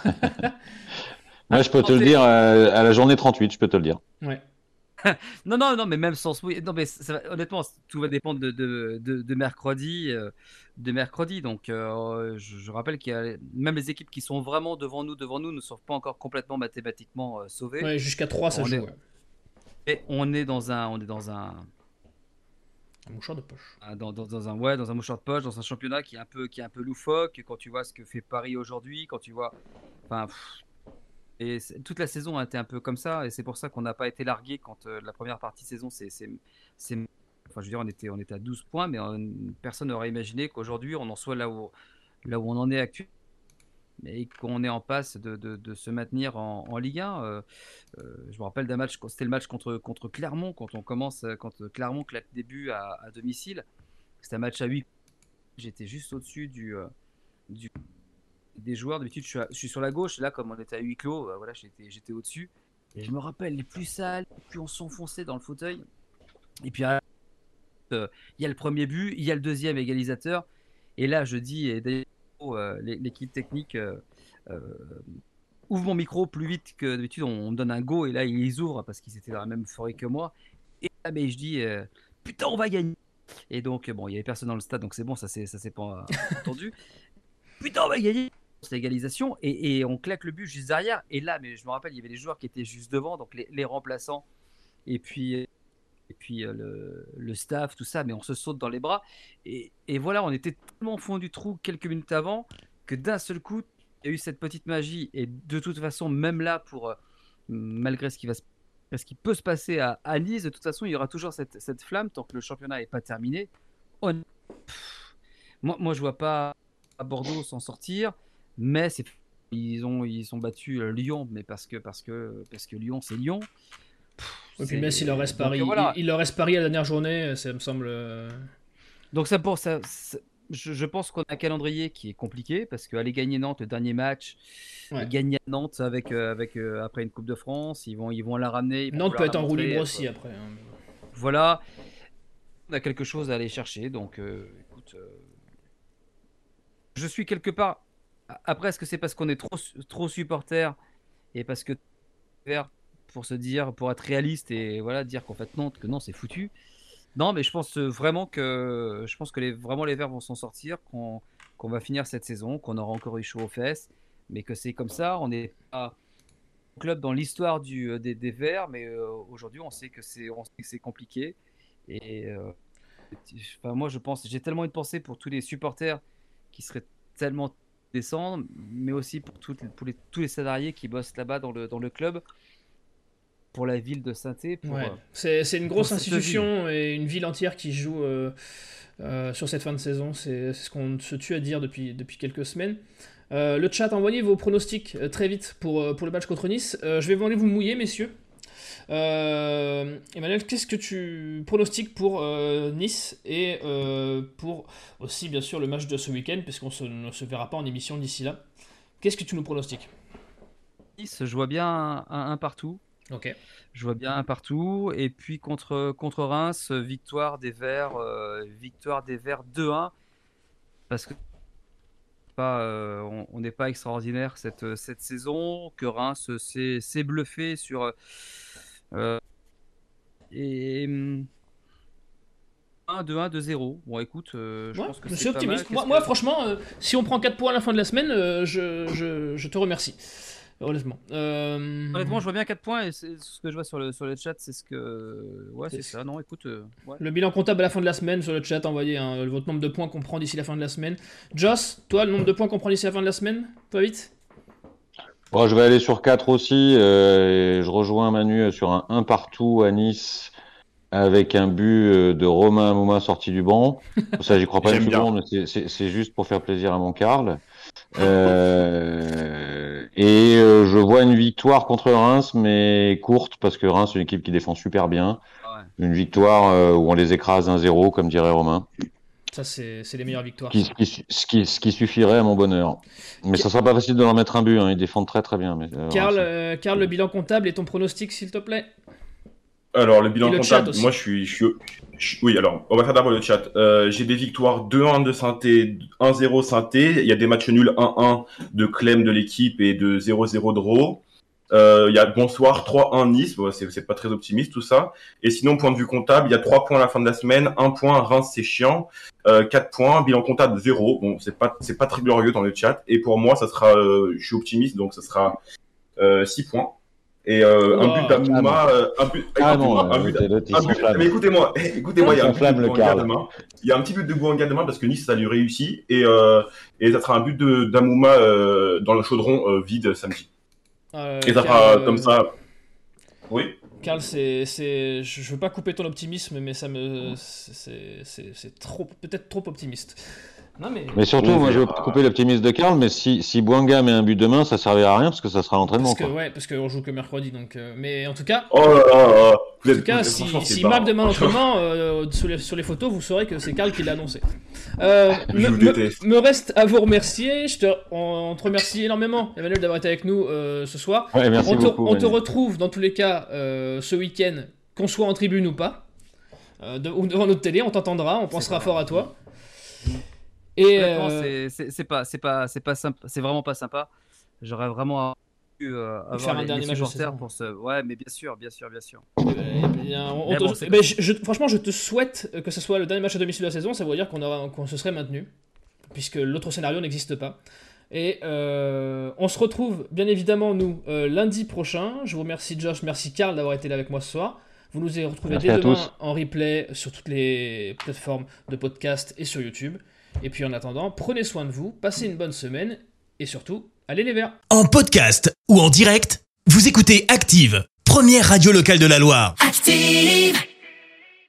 Moi, je peux te le dire à, à la journée trente-huit, je peux te le dire.
Ouais.
non, non, non, mais même sans non, mais ça, honnêtement, tout va dépendre de, de, de, de mercredi, euh, de mercredi. Donc, euh, je, je rappelle qu'il y a même les équipes qui sont vraiment devant nous, devant nous, ne sont pas encore complètement mathématiquement euh, sauvées.
Ouais, jusqu'à trois, ça
on
joue.
Est,
ouais.
Et on est dans un, on est dans un,
un mouchoir de poche.
Dans, dans, dans un, ouais, dans un mouchoir de poche, dans un championnat qui est un peu, qui est un peu loufoque. Quand tu vois ce que fait Paris aujourd'hui, quand tu vois, enfin. Et toute la saison a été un peu comme ça, et c'est pour ça qu'on n'a pas été largué quand euh, la première partie de saison, c'est, c'est, c'est, enfin, je veux dire, on était, on était à douze points, mais euh, personne n'aurait imaginé qu'aujourd'hui on en soit là où, là où on en est actuellement, et qu'on est en passe de, de, de se maintenir en, en Ligue un. Euh, euh, je me rappelle d'un match, c'était le match contre, contre Clermont, quand on commence, quand Clermont claque des buts à, à domicile. C'était un match à huit. J'étais juste au-dessus du, euh, du des joueurs. D'habitude, je suis, à, je suis sur la gauche. Là, comme on était à huis clos, bah, voilà, j'étais, j'étais au-dessus. Et je me rappelle, les plus sales, plus on s'enfonçait dans le fauteuil. Et puis, il euh, y a le premier but, il y a le deuxième égalisateur. Et là, je dis, et d'ailleurs, euh, l'équipe technique euh, euh, ouvre mon micro plus vite que d'habitude. On, on me donne un go, et là, ils ouvrent parce qu'ils étaient dans la même forêt que moi. Et là, mais je dis, euh, putain, on va gagner. Et donc, bon, il n'y avait personne dans le stade, donc c'est bon, ça s'est, ça s'est pas entendu. Putain, on va gagner. L'égalisation et, et on claque le but juste derrière, et là, mais je me rappelle, il y avait des joueurs qui étaient juste devant, donc les, les remplaçants et puis, et puis euh, le, le staff, tout ça, mais on se saute dans les bras, et, et voilà, on était tellement au fond du trou quelques minutes avant que d'un seul coup il y a eu cette petite magie. Et de toute façon, même là, pour euh, malgré ce qui va se, ce qui peut se passer à, à Nice, de toute façon il y aura toujours cette, cette flamme tant que le championnat n'est pas terminé. On... Pff, moi, moi je vois pas à Bordeaux s'en sortir. Mais c'est, ils ont ils sont battus Lyon, mais parce que parce que parce que Lyon c'est Lyon.
Et puis Metz, il leur reste Paris. Voilà. Il, il leur reste Paris à la dernière journée, ça me semble.
Donc ça pour ça, ça je, je pense qu'on a un calendrier qui est compliqué parce qu'aller gagner Nantes le dernier match, ouais. Gagner à Nantes avec avec euh, après une Coupe de France, ils vont ils vont la ramener.
Nantes peut être en roue libre aussi après. Hein.
Voilà, on a quelque chose à aller chercher. Donc euh, écoute, euh, je suis quelque part. Après, est-ce que c'est parce qu'on est trop, trop supporter et parce que pour se dire, pour être réaliste et voilà, dire qu'en fait non, que non, c'est foutu. Non, mais je pense vraiment que je pense que les, vraiment les Verts vont s'en sortir, qu'on, qu'on va finir cette saison, qu'on aura encore eu chaud aux fesses, mais que c'est comme ça. On n'est pas un club dans l'histoire du, des, des Verts, mais euh, aujourd'hui, on sait que c'est, on sait que c'est compliqué. Et euh, enfin, moi, je pense, j'ai tellement une pensée pour tous les supporters qui seraient tellement descendre, mais aussi pour, toutes, pour les, tous les salariés qui bossent là-bas dans le, dans le club, pour la ville de Saint-Étienne.
Ouais. C'est, c'est une grosse institution et une ville entière qui joue euh, euh, sur cette fin de saison. C'est, c'est ce qu'on se tue à dire depuis, depuis quelques semaines. Euh, le chat, envoyez vos pronostics euh, très vite pour, pour le match contre Nice. Euh, je vais vous aller vous mouiller, messieurs. Euh, Emmanuel, qu'est-ce que tu pronostiques pour euh, Nice et euh, pour aussi bien sûr le match de ce week-end, puisqu'on se, ne se verra pas en émission d'ici là. Qu'est-ce que tu nous pronostiques?
Nice, je vois bien un, un, un partout.
Ok.
Je vois bien un partout. Et puis contre, contre Reims, victoire des Verts, euh, victoire des Verts deux un. Parce que pas, euh, on n'est pas extraordinaire cette, cette saison, que Reims s'est, s'est bluffé sur... Euh, et un, deux, un, deux, zéro. Bon, écoute, euh, je
ouais,
pense que
je
c'est
suis optimiste.
Pas mal.
Moi,
que...
moi, franchement, euh, si on prend quatre points à la fin de la semaine, euh, je, je, je te remercie. Honnêtement. Euh...
Honnêtement, je vois bien quatre points et c'est ce que je vois sur le, sur le chat, c'est ce que. Ouais, c'est, c'est ça. Non, écoute. Euh, ouais.
Le bilan comptable à la fin de la semaine sur le chat, envoyez hein, votre nombre de points qu'on prend d'ici la fin de la semaine. Joss, toi, le nombre de points qu'on prend d'ici la fin de la semaine, toi vite.
Bon, je vais aller sur quatre aussi. Euh, et je rejoins Manu sur un un partout à Nice avec un but de Romain Amouma sorti du banc. Ça, j'y crois pas une seconde, mais c'est, c'est, c'est juste pour faire plaisir à mon Karl. Euh, et euh, je vois une victoire contre Reims, mais courte, parce que Reims, c'est une équipe qui défend super bien. Ah ouais. Une victoire euh, où on les écrase un zéro, comme dirait Romain.
Ça, c'est, c'est les meilleures victoires.
Qui, qui, ce, qui, ce qui suffirait à mon bonheur. Mais ça sera pas facile de leur mettre un but, hein. Ils défendent très très bien. Mais, euh,
Karl, euh, Karl, le bilan comptable et ton pronostic, s'il te plaît.
Alors, le bilan le comptable, moi, je suis, je suis, je, oui, alors, on va faire d'abord le chat. Euh, j'ai des victoires deux un de Saint-Étienne, un zéro Saint-Étienne. Il y a des matchs nuls un un de Clem de l'équipe et de zéro zéro de Raw. Euh, il y a bonsoir trois un Nice. Bon, c'est, c'est pas très optimiste, tout ça. Et sinon, point de vue comptable, il y a trois points à la fin de la semaine. un point, Reims, c'est chiant. Euh, quatre points, bilan comptable zéro. Bon, c'est pas, c'est pas très glorieux dans le chat. Et pour moi, ça sera, euh, je suis optimiste, donc ça sera, euh, six points. Et euh, oh, un but d'Amouma, euh, un but,
ah non,
un but, un but, mais écoutez-moi, écoutez-moi, il y a un but de Bouanga-Demain. Il y a un petit but de Bouanga-Demain parce que Nice ça lui réussit et euh, et ça sera un but de d'Amouma euh, dans le chaudron euh, vide samedi. Euh, et ça fera euh, comme ça. Oui.
Karl, c'est c'est, je veux pas couper ton optimisme, mais ça me, c'est c'est c'est trop, peut-être trop optimiste.
Non, mais... mais surtout, moi, je veux couper l'optimisme de Karl, mais si, si Bouanga met un but demain, ça servira à rien parce que ça sera l'entraînement.
Parce que, ouais, parce qu'on joue que mercredi, donc. Euh, mais en tout cas,
oh là là là.
En tout cas, si, si marque demain l'entraînement, euh, sur, les, sur les photos, vous saurez que c'est Karl qui l'a annoncé. Euh,
je
me,
déteste.
Me reste à vous remercier. Je te, on, on te remercie énormément, Emmanuel, d'avoir été avec nous euh, ce soir.
Ouais, merci
on te,
beaucoup,
on te retrouve dans tous les cas euh, ce week-end, qu'on soit en tribune ou pas, euh, de, ou devant notre télé, on t'entendra, on pensera fort à toi.
Et euh... c'est, c'est, c'est pas c'est pas c'est pas sympa, c'est vraiment pas sympa. J'aurais vraiment pu euh, avoir
faire un
les,
dernier
les
match
supporters pour ce ouais mais bien sûr bien sûr bien sûr.
Eh bien, on, on te... bon, ben, je, je, franchement je te souhaite que ce soit le dernier match à domicile de la saison, ça veut dire qu'on aura qu'on se serait maintenu puisque l'autre scénario n'existe pas. Et euh, on se retrouve bien évidemment nous euh, lundi prochain. Je vous remercie Josh, merci Karl d'avoir été là avec moi ce soir. Vous nous avez retrouvés dès demain tous. En replay sur toutes les plateformes de podcast et sur YouTube. Et puis en attendant, prenez soin de vous, passez une bonne semaine et surtout, allez les Verts.
En podcast ou en direct, vous écoutez Active, première radio locale de la Loire. Active!